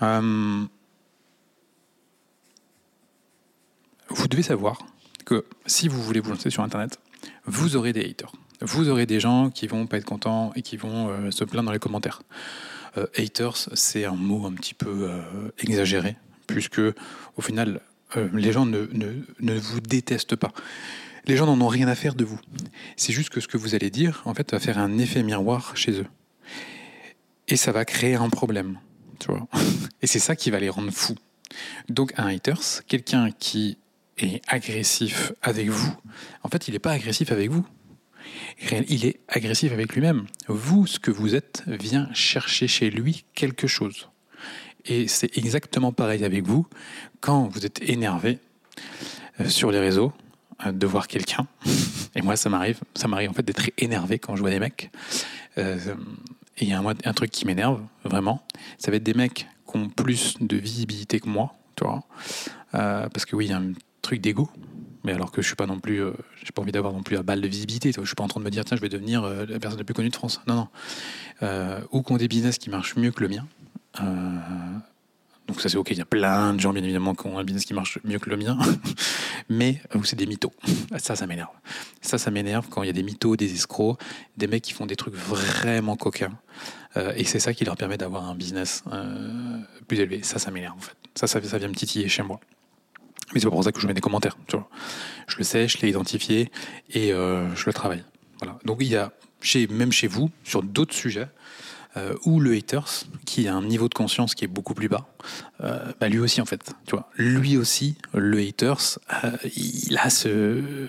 vous devez savoir que si vous voulez vous lancer sur Internet, vous aurez des haters. Vous aurez des gens qui vont pas être contents et qui vont se plaindre dans les commentaires. Haters, c'est un mot un petit peu exagéré, puisque au final, les gens ne vous détestent pas. Les gens n'en ont rien à faire de vous. C'est juste que ce que vous allez dire, en fait, va faire un effet miroir chez eux. Et ça va créer un problème, tu vois. Et c'est ça qui va les rendre fous. Donc un haters, quelqu'un qui est agressif avec vous, en fait, il n'est pas agressif avec vous. Il est agressif avec lui-même. Vous, ce que vous êtes, vient chercher chez lui quelque chose. Et c'est exactement pareil avec vous. Quand vous êtes énervé sur les réseaux, de voir quelqu'un, et moi ça m'arrive en fait d'être énervé quand je vois des mecs, et il y a un truc qui m'énerve vraiment, ça va être des mecs qui ont plus de visibilité que moi, tu vois, parce que oui, il y a un truc d'ego, mais alors que je suis pas non plus, j'ai pas envie d'avoir non plus la balle de visibilité, tu vois, je suis pas en train de me dire tiens je vais devenir la personne la plus connue de France, non, ou qui ont des business qui marchent mieux que le mien, donc ça c'est ok, il y a plein de gens bien évidemment qui ont un business qui marche mieux que le mien, mais c'est des mythos. Ça m'énerve. Ça m'énerve quand il y a des mythos, des escrocs, des mecs qui font des trucs vraiment coquins, et c'est ça qui leur permet d'avoir un business plus élevé. Ça m'énerve en fait. Ça vient me titiller chez moi. Mais c'est pas pour ça que je mets des commentaires, tu vois. Je le sais, je l'ai identifié et je le travaille. Voilà. Donc il y a même chez vous, sur d'autres sujets, ou le haters, qui a un niveau de conscience qui est beaucoup plus bas, lui aussi en fait, tu vois, lui aussi, le haters, il a ce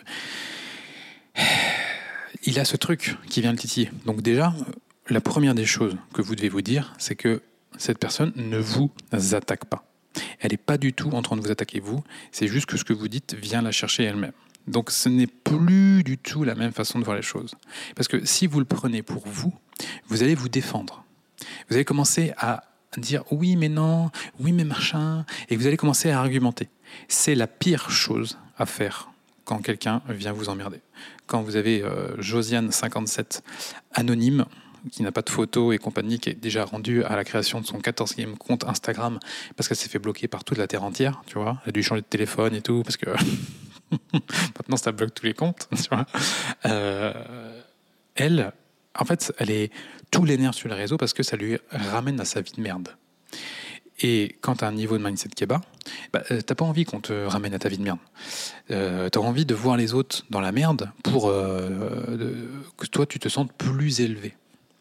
truc qui vient le titiller. Donc déjà, la première des choses que vous devez vous dire, c'est que cette personne ne vous attaque pas. Elle n'est pas du tout en train de vous attaquer vous, c'est juste que ce que vous dites vient la chercher elle-même. Donc ce n'est plus du tout la même façon de voir les choses. Parce que si vous le prenez pour vous, vous allez vous défendre. Vous allez commencer à dire oui mais non, oui mais machin, et vous allez commencer à argumenter. C'est la pire chose à faire quand quelqu'un vient vous emmerder. Quand vous avez Josiane57 anonyme, qui n'a pas de photo et compagnie, qui est déjà rendue à la création de son 14e compte Instagram parce qu'elle s'est fait bloquer par toute la terre entière, tu vois. Elle a dû changer de téléphone et tout, parce que maintenant ça bloque tous les comptes, tu vois. Elle, en fait, elle est tout les nerfs sur les réseaux parce que ça lui ramène à sa vie de merde. Et quand tu as un niveau de mindset qui est bas, t'as pas envie qu'on te ramène à ta vie de merde. T'as envie de voir les autres dans la merde pour que toi tu te sentes plus élevé.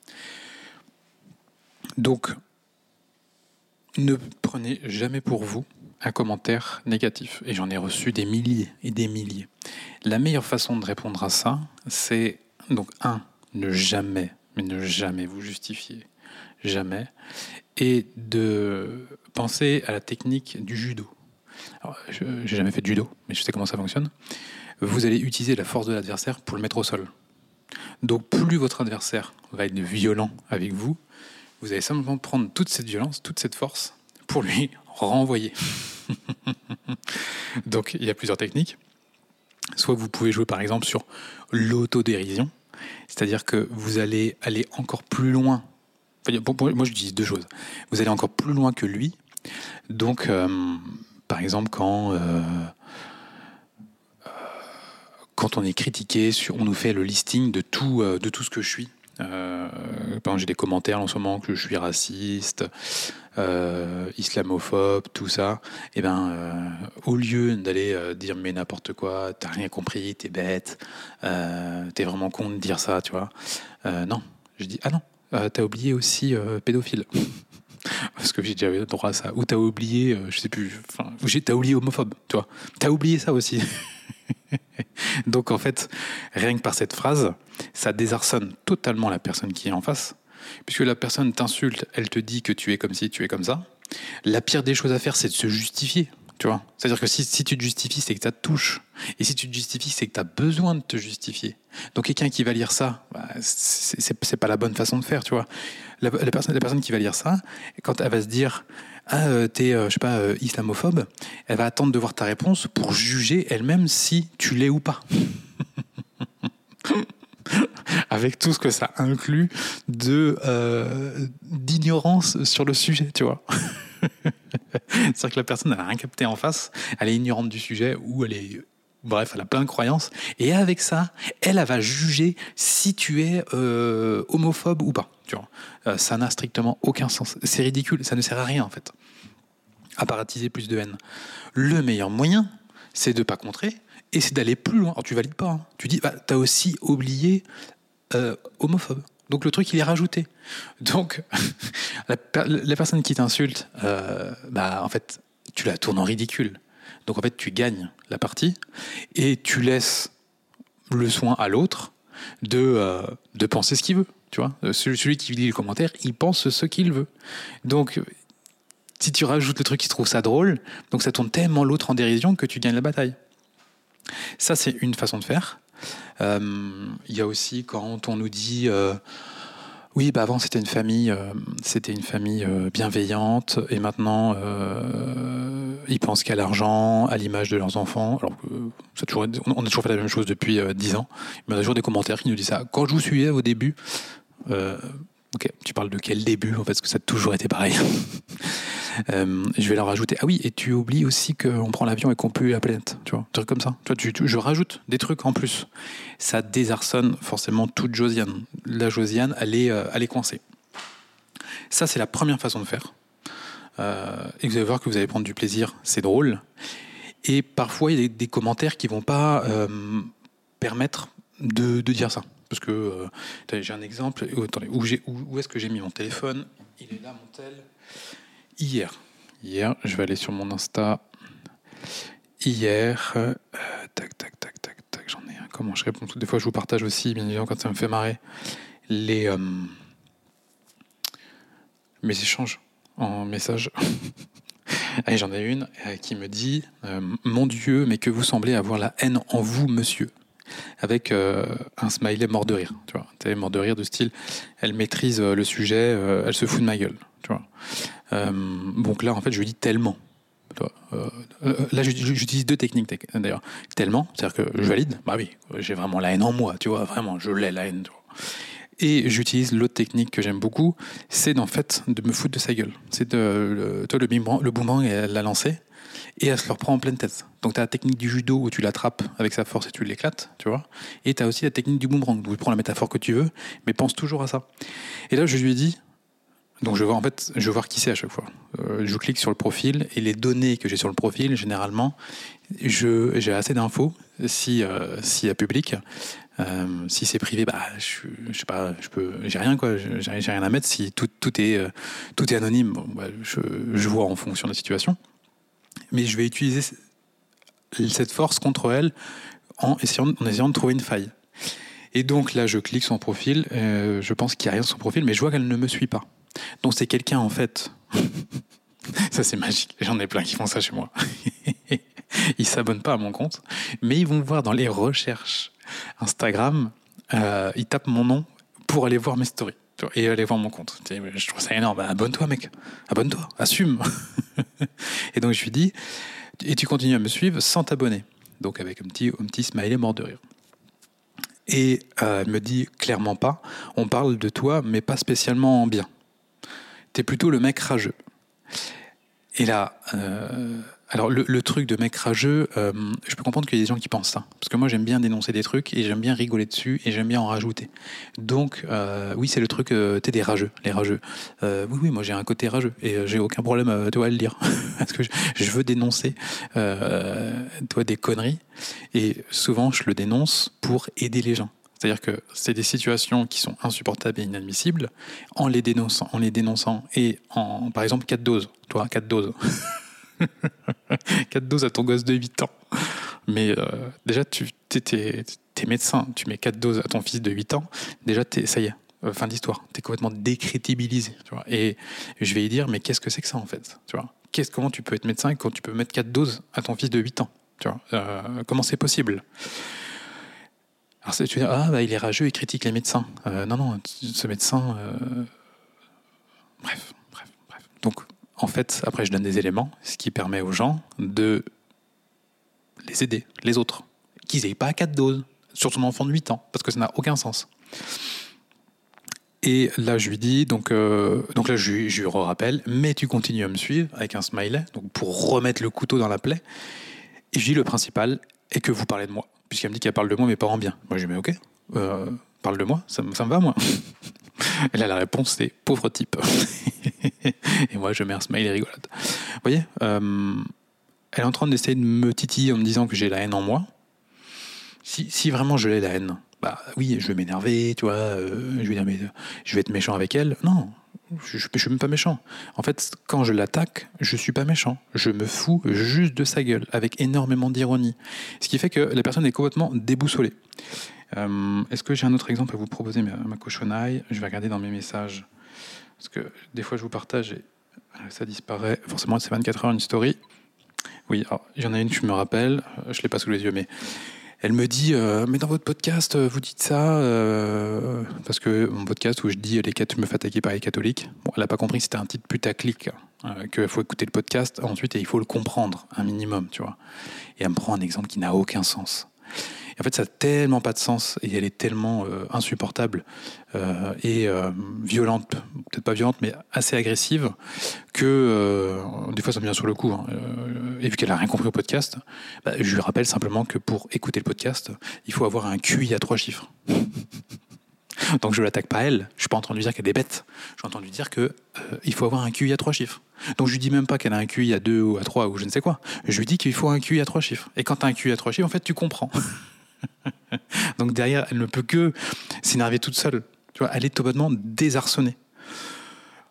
Donc, ne prenez jamais pour vous un commentaire négatif. Et j'en ai reçu des milliers et des milliers. La meilleure façon de répondre à ça, c'est donc ne jamais vous justifier. Jamais. Et de penser à la technique du judo. Alors, j'ai jamais fait de judo, mais je sais comment ça fonctionne. Vous allez utiliser la force de l'adversaire pour le mettre au sol. Donc plus votre adversaire va être violent avec vous, vous allez simplement prendre toute cette violence, toute cette force pour lui renvoyer. Donc il y a plusieurs techniques. Soit vous pouvez jouer par exemple sur l'autodérision, c'est-à-dire que vous allez aller encore plus loin. Enfin, moi je dis deux choses. Vous allez encore plus loin que lui. Donc par exemple quand on est critiqué, on nous fait le listing de tout ce que je suis. Par exemple, j'ai des commentaires en ce moment que je suis raciste, islamophobe, tout ça. Et au lieu d'aller dire mais n'importe quoi, t'as rien compris, t'es bête, t'es vraiment con de dire ça, tu vois. Non, je dis ah non, t'as oublié aussi pédophile. Parce que j'ai déjà eu droit à ça. Ou t'as oublié, je sais plus, t'as oublié homophobe, tu vois. T'as oublié ça aussi. Donc en fait, rien que par cette phrase, ça désarçonne totalement la personne qui est en face, puisque la personne t'insulte, elle te dit que tu es comme ci, tu es comme ça. La pire des choses à faire, c'est de se justifier, tu vois. C'est-à-dire que si tu te justifies, c'est que ça te touche. Et si tu te justifies, c'est que tu as besoin de te justifier. Donc quelqu'un qui va lire ça, c'est pas la bonne façon de faire, tu vois. La personne qui va lire ça, quand elle va se dire t'es islamophobe, elle va attendre de voir ta réponse pour juger elle-même si tu l'es ou pas. Avec tout ce que ça inclut d'ignorance sur le sujet, tu vois. C'est-à-dire que la personne, elle n'a rien capté en face, elle est ignorante du sujet, ou bref, elle a plein de croyances, et avec ça, elle va juger si tu es homophobe ou pas. Tu vois. Ça n'a strictement aucun sens. C'est ridicule, ça ne sert à rien en fait, à part attiser plus de haine. Le meilleur moyen, c'est de ne pas contrer, et c'est d'aller plus loin. Alors tu valides pas, hein. Tu dis, t'as aussi oublié homophobe. Donc le truc, il est rajouté. Donc la personne qui t'insulte, en fait, tu la tournes en ridicule. Donc en fait, tu gagnes la partie et tu laisses le soin à l'autre de penser ce qu'il veut. Tu vois, celui qui lit le commentaire, il pense ce qu'il veut. Donc si tu rajoutes le truc qui trouve ça drôle, donc ça tourne tellement l'autre en dérision que tu gagnes la bataille. Ça, c'est une façon de faire. Il y a aussi quand on nous dit oui, avant c'était une famille bienveillante et maintenant ils pensent qu'à l'argent, à l'image de leurs enfants. Alors que on a toujours fait la même chose depuis 10 ans. Mais on a toujours des commentaires qui nous disent ça. Quand je vous suivais au début, ok, tu parles de quel début en fait, parce que ça a toujours été pareil. Je vais leur rajouter ah oui, et tu oublies aussi qu'on prend l'avion et qu'on pollue la planète, tu vois, un truc comme ça. Je rajoute des trucs en plus. Ça désarçonne forcément toute Josiane. La Josiane, elle est coincée. Ça, c'est la première façon de faire. Et vous allez voir que vous allez prendre du plaisir, c'est drôle. Et parfois, il y a des commentaires qui vont pas permettre de dire ça. Parce que j'ai un exemple. Attendez, où est-ce que j'ai mis mon téléphone ? Il est là, mon tel. Hier, je vais aller sur mon Insta. Hier, tac, j'en ai un. Comment je réponds ? Des fois, je vous partage aussi, bien évidemment, quand ça me fait marrer, mes échanges en message. Et j'en ai une qui me dit « Mon Dieu, mais que vous semblez avoir la haine en vous, monsieur ». avec un smiley mort de rire, tu vois. T'es mort de rire de style, elle maîtrise le sujet, elle se fout de ma gueule, tu vois. Donc là, en fait, je lui dis tellement. Tu vois, là, j'utilise 2 techniques d'ailleurs. Tellement, c'est-à-dire que je valide, bah oui, j'ai vraiment la haine en moi, tu vois, vraiment, je l'ai la haine, tu vois. Et j'utilise l'autre technique que j'aime beaucoup, c'est en fait de me foutre de sa gueule. C'est toi, le boomerang, elle l'a lancé, et elle se le reprend en pleine tête. Donc tu as la technique du judo où tu l'attrapes avec sa force et tu l'éclates, tu vois. Et tu as aussi la technique du boomerang, où tu prends la métaphore que tu veux, mais pense toujours à ça. Et là, je lui ai dit, donc je vais voir qui c'est à chaque fois. Je clique sur le profil, et les données que j'ai sur le profil, généralement, j'ai assez d'infos, s'il y a public. Si c'est privé, bah, je sais pas, j'ai rien quoi, j'ai rien à mettre. Si tout est anonyme, bon, bah, je vois en fonction de la situation. Mais je vais utiliser cette force contre elle en essayant de trouver une faille. Et donc là, je clique son profil, je pense qu'il n'y a rien sur son profil, mais je vois qu'elle ne me suit pas. Donc c'est quelqu'un en fait. Ça c'est magique, j'en ai plein qui font ça chez moi. Ils s'abonnent pas à mon compte, mais ils vont voir dans les recherches Instagram, ils tapent mon nom pour aller voir mes stories et aller voir mon compte. Je trouve ça énorme. Bah, abonne-toi mec, abonne-toi, assume. Et donc je lui dis, et tu continues à me suivre sans t'abonner. Donc avec un petit smiley mort de rire. Et elle me dit clairement pas, on parle de toi mais pas spécialement en bien. T'es plutôt le mec rageux. Et là, alors le truc de mec rageux, je peux comprendre qu'il y a des gens qui pensent ça. Parce que moi, j'aime bien dénoncer des trucs et j'aime bien rigoler dessus et j'aime bien en rajouter. Donc, oui, c'est le truc, t'es des rageux, les rageux. Oui, moi j'ai un côté rageux et j'ai aucun problème à le dire. Parce que je veux dénoncer des conneries et souvent, je le dénonce pour aider les gens. C'est-à-dire que c'est des situations qui sont insupportables et inadmissibles en les dénonçant et en, par exemple, 4 doses. Toi, 4 doses. 4 doses à ton gosse de 8 ans. Mais déjà, t'es médecin, tu mets 4 doses à ton fils de 8 ans, déjà, ça y est, fin d'histoire. T'es complètement décrédibilisé. Tu vois. Et je vais lui dire, mais qu'est-ce que c'est que ça, en fait, tu vois. Comment tu peux être médecin quand tu peux mettre 4 doses à ton fils de 8 ans, tu vois. Comment c'est possible? Alors, tu vas dire, il est rageux, il critique les médecins. Non, ce médecin... Bref. Donc, en fait, après, je donne des éléments, ce qui permet aux gens de les aider, les autres. Qu'ils n'aient pas 4 doses sur son enfant de 8 ans, parce que ça n'a aucun sens. Et là, je lui dis, donc là, je lui rappelle, mais tu continues à me suivre avec un smiley, donc pour remettre le couteau dans la plaie. Et je dis, le principal est que vous parlez de moi. Puisqu'elle me dit qu'elle parle de moi, mais pas en bien. Moi, je dis, mais ok, parle de moi, ça me va, moi. Et là, la réponse, c'est pauvre type. Et moi, je mets un smiley rigolote. Vous voyez, elle est en train d'essayer de me titiller en me disant que j'ai la haine en moi. Si vraiment je l'ai la haine, bah oui, je vais m'énerver, tu vois, je vais dire, mais je vais être méchant avec elle. Non, je suis même pas méchant. En fait, quand je l'attaque, je suis pas méchant. Je me fous juste de sa gueule, avec énormément d'ironie. Ce qui fait que la personne est complètement déboussolée. Est-ce que j'ai un autre exemple à vous proposer, ma cochonnaille? Je vais regarder dans mes messages. Parce que des fois, je vous partage et ça disparaît. Forcément, c'est 24 heures une story. Oui, il y en a une que je me rappelle. Je ne l'ai pas sous les yeux, mais elle me dit mais dans votre podcast, vous dites ça parce que mon podcast où je dis je me fais attaquer par les catholiques. Bon, elle n'a pas compris que c'était un titre putaclic, qu'il faut écouter le podcast ensuite et il faut le comprendre un minimum, tu vois. Et elle me prend un exemple qui n'a aucun sens. En fait, ça n'a tellement pas de sens et elle est tellement insupportable et violente, peut-être pas violente, mais assez agressive que des fois ça me vient sur le coup. Et vu qu'elle n'a rien compris au podcast, je lui rappelle simplement que pour écouter le podcast, il faut avoir un QI à 3 chiffres. Donc je ne l'attaque pas elle, je ne suis pas en train de lui dire qu'elle est bête, je suis en train de lui dire qu'il faut avoir un QI à 3 chiffres. Donc je lui dis même pas qu'elle a un QI à 2 ou à 3 ou je ne sais quoi, je lui dis qu'il faut un QI à 3 chiffres. Et quand tu as un QI à 3 chiffres, en fait tu comprends. Donc derrière, elle ne peut que s'énerver toute seule. Tu vois, elle est complètement désarçonnée.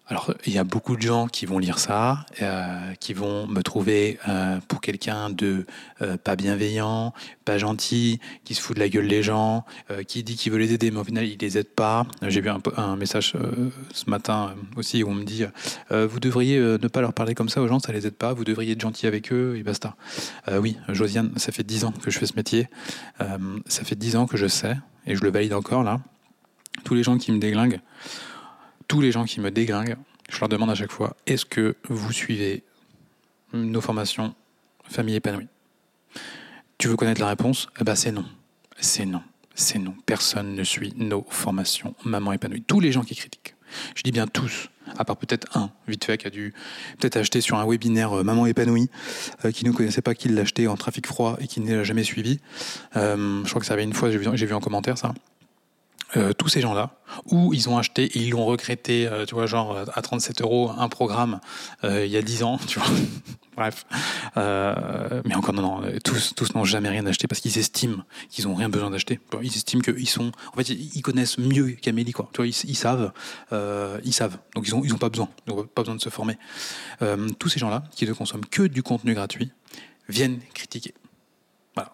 Alors, il y a beaucoup de gens qui vont lire ça, qui vont me trouver pour quelqu'un de pas bienveillant, pas gentil, qui se fout de la gueule des gens, qui dit qu'il veut les aider, mais au final, il les aide pas. J'ai vu un message ce matin aussi où on me dit vous devriez ne pas leur parler comme ça aux gens, ça les aide pas, vous devriez être gentil avec eux, et basta. Oui, Josiane, ça fait 10 ans que je fais ce métier, ça fait 10 ans que je sais, et je le valide encore là. Tous les gens qui me déglinguent, tous les gens qui me déglinguent, je leur demande à chaque fois, est-ce que vous suivez nos formations Famille épanouie ? Tu veux connaître la réponse ? Eh ben c'est non. C'est non. C'est non. Personne ne suit nos formations Maman épanouie. Tous les gens qui critiquent. Je dis bien tous, à part peut-être un, vite fait, qui a dû peut-être acheter sur un webinaire Maman épanouie, qui ne connaissait pas, qui l'a acheté en trafic froid et qui ne l'a jamais suivi. Je crois que ça avait une fois, j'ai vu en commentaire ça. Tous ces gens-là, où ils ont acheté et ils l'ont regretté, tu vois, genre à 37 € un programme il y a 10 ans, tu vois. Bref. Mais encore, non, tous n'ont jamais rien acheté parce qu'ils estiment qu'ils n'ont rien besoin d'acheter. Ils estiment qu'ils sont. En fait, ils connaissent mieux qu'Amélie, quoi. Tu vois, ils savent. Donc, ils ont pas besoin. Ils n'ont pas besoin de se former. Tous ces gens-là, qui ne consomment que du contenu gratuit, viennent critiquer. Voilà.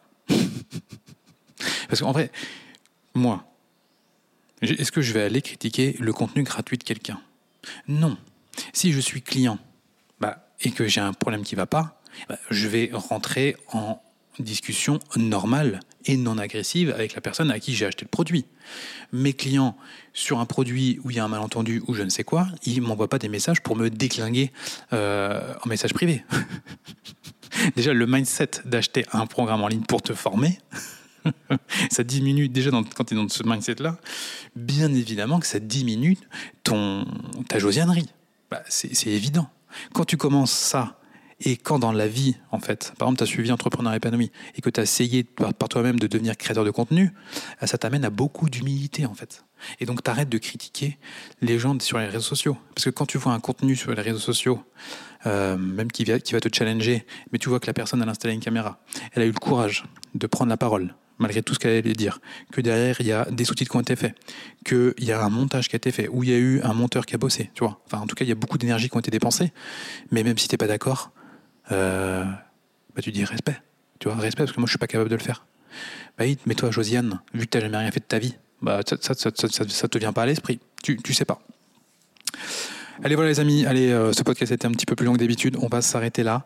Parce qu'en vrai, moi, est-ce que je vais aller critiquer le contenu gratuit de quelqu'un ? Non. Si je suis client et que j'ai un problème qui ne va pas, je vais rentrer en discussion normale et non agressive avec la personne à qui j'ai acheté le produit. Mes clients, sur un produit où il y a un malentendu ou je ne sais quoi, ils ne m'envoient pas des messages pour me déclinguer en message privé. Déjà, le mindset d'acheter un programme en ligne pour te former... ça diminue déjà quand tu es dans ce mindset-là. Bien évidemment que ça diminue ta josianerie. C'est évident. Quand tu commences ça, et quand dans la vie, en fait, par exemple, tu as suivi Entrepreneur épanoui, et que tu as essayé par toi-même de devenir créateur de contenu, ça t'amène à beaucoup d'humilité, en fait. Et donc, tu arrêtes de critiquer les gens sur les réseaux sociaux. Parce que quand tu vois un contenu sur les réseaux sociaux, même qui va te challenger, mais tu vois que la personne, elle a installé une caméra, elle a eu le courage de prendre la parole, malgré tout ce qu'elle allait dire, que derrière, il y a des sous-titres qui ont été faits, qu'il y a un montage qui a été fait, où il y a eu un monteur qui a bossé, tu vois. Enfin, en tout cas, il y a beaucoup d'énergie qui ont été dépensées, mais même si tu n'es pas d'accord, tu dis respect, tu vois, respect, parce que moi, je suis pas capable de le faire. Mais toi, Josiane, vu que tu n'as jamais rien fait de ta vie, ça te vient pas à l'esprit, tu sais pas. Allez, voilà les amis, ce podcast a été un petit peu plus long que d'habitude, on va s'arrêter là.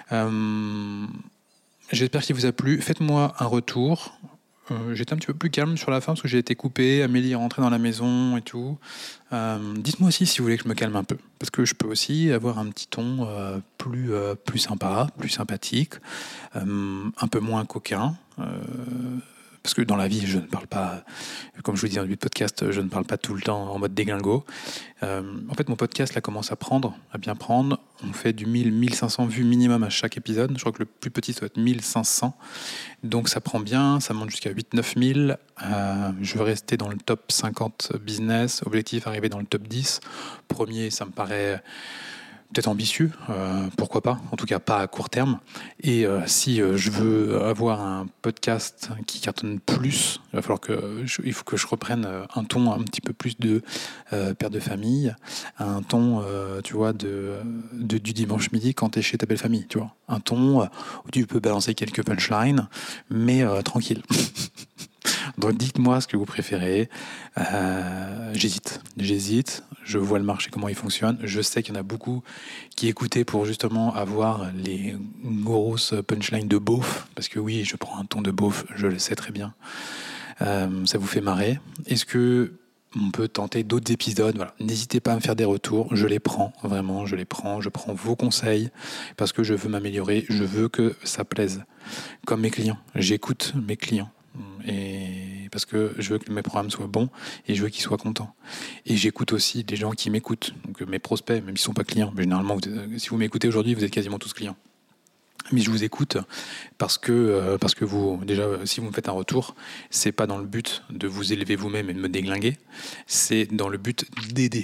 J'espère qu'il vous a plu. Faites-moi un retour. J'étais un petit peu plus calme sur la fin parce que j'ai été coupé. Amélie est rentrée dans la maison et tout. Dites-moi aussi si vous voulez que je me calme un peu. Parce que je peux aussi avoir un petit ton plus sympa, plus sympathique, un peu moins coquin. Parce que dans la vie, je ne parle pas, comme je vous disais dans le podcast, je ne parle pas tout le temps en mode déglingo. En fait, mon podcast là commence à bien prendre. On fait du 1000-1500 vues minimum à chaque épisode. Je crois que le plus petit, ça doit être 1500. Donc ça prend bien, ça monte jusqu'à 8-9 000. Je veux rester dans le top 50 business. Objectif, arriver dans le top 10. Premier, ça me paraît... peut-être ambitieux, pourquoi pas, en tout cas pas à court terme. Et si je veux avoir un podcast qui cartonne plus, il faut que je reprenne un ton un petit peu plus de père de famille, un ton, tu vois, du dimanche midi quand t'es chez ta belle famille, tu vois. Un ton où tu peux balancer quelques punchlines, mais tranquille. Donc dites-moi ce que vous préférez. J'hésite. Je vois le marché, comment il fonctionne. Je sais qu'il y en a beaucoup qui écoutaient pour justement avoir les grosses punchlines de beauf. Parce que oui, je prends un ton de beauf, je le sais très bien. Ça vous fait marrer. Est-ce que on peut tenter d'autres épisodes? Voilà. N'hésitez pas à me faire des retours. Je les prends, vraiment, je prends vos conseils parce que je veux m'améliorer. Je veux que ça plaise. Comme mes clients. J'écoute mes clients. Et parce que je veux que mes programmes soient bons et je veux qu'ils soient contents. Et j'écoute aussi des gens qui m'écoutent, donc mes prospects, même s'ils ne sont pas clients. Mais généralement, si vous m'écoutez aujourd'hui, vous êtes quasiment tous clients. Mais je vous écoute parce que vous, déjà, si vous me faites un retour, c'est pas dans le but de vous élever vous-même et de me déglinguer, c'est dans le but d'aider.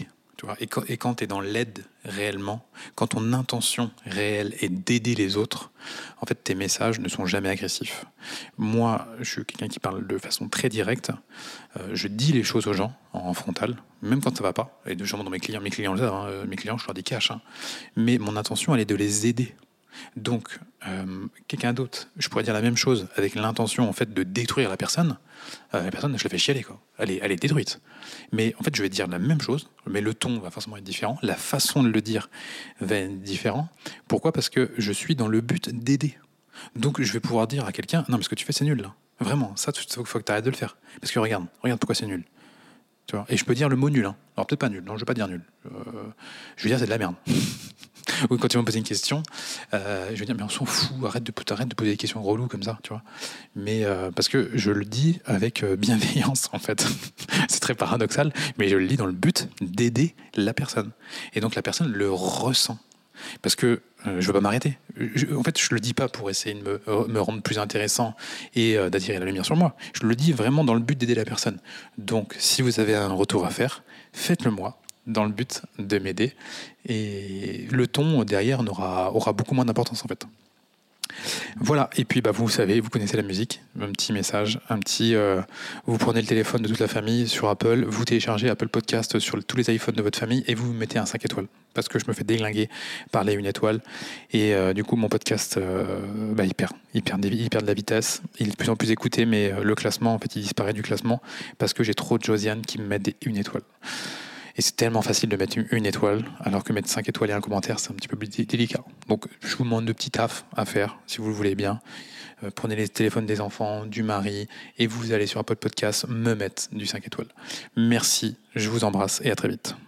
Tu vois, et quand tu es dans l'aide réellement, quand ton intention réelle est d'aider les autres, en fait, tes messages ne sont jamais agressifs. Moi, je suis quelqu'un qui parle de façon très directe. Je dis les choses aux gens en frontal, même quand ça va pas. Et de dans mes clients le savent, hein, mes clients, je leur dis cash. Hein. Mais mon intention, elle est de les aider. Donc, quelqu'un d'autre, je pourrais dire la même chose avec l'intention en fait de détruire la personne. La personne, je la fais chialer, quoi. Elle est détruite. Mais en fait, je vais dire la même chose, mais le ton va forcément être différent, la façon de le dire va être différente. Pourquoi ? Parce que je suis dans le but d'aider. Donc, je vais pouvoir dire à quelqu'un, non, mais ce que tu fais, c'est nul, là. Vraiment, ça, il faut que tu arrêtes de le faire. Parce que regarde pourquoi c'est nul. Tu vois ? Et je peux dire le mot nul. Hein. Alors, peut-être pas nul, non, je ne vais pas dire nul. Je vais dire c'est de la merde. Ou quand tu vas me poser une question, je vais dire mais on s'en fout, arrête de poser des questions reloues comme ça, tu vois. Mais parce que je le dis avec bienveillance en fait. C'est très paradoxal, mais je le dis dans le but d'aider la personne. Et donc la personne le ressent. Parce que je ne veux pas m'arrêter. En fait, je ne le dis pas pour essayer de me rendre plus intéressant et d'attirer la lumière sur moi. Je le dis vraiment dans le but d'aider la personne. Donc, si vous avez un retour à faire, faites-le moi, dans le but de m'aider. Et le ton, derrière, aura beaucoup moins d'importance, en fait. Voilà, et puis vous savez, vous connaissez la musique, un petit message, vous prenez le téléphone de toute la famille sur Apple, vous téléchargez Apple Podcast sur tous les iPhones de votre famille et vous mettez un 5 étoiles, parce que je me fais déglinguer par les 1 étoile, et du coup mon podcast, il perd de la vitesse, il est de plus en plus écouté, mais le classement, en fait, il disparaît du classement, parce que j'ai trop de Josiane qui me mettent des 1 étoile. Et c'est tellement facile de mettre 1 étoile, alors que mettre 5 étoiles et un commentaire, c'est un petit peu plus délicat. Donc, je vous demande de petits tafs à faire, si vous le voulez bien. Prenez les téléphones des enfants, du mari, et vous allez sur Apple Podcast me mettre du 5 étoiles. Merci, je vous embrasse et à très vite.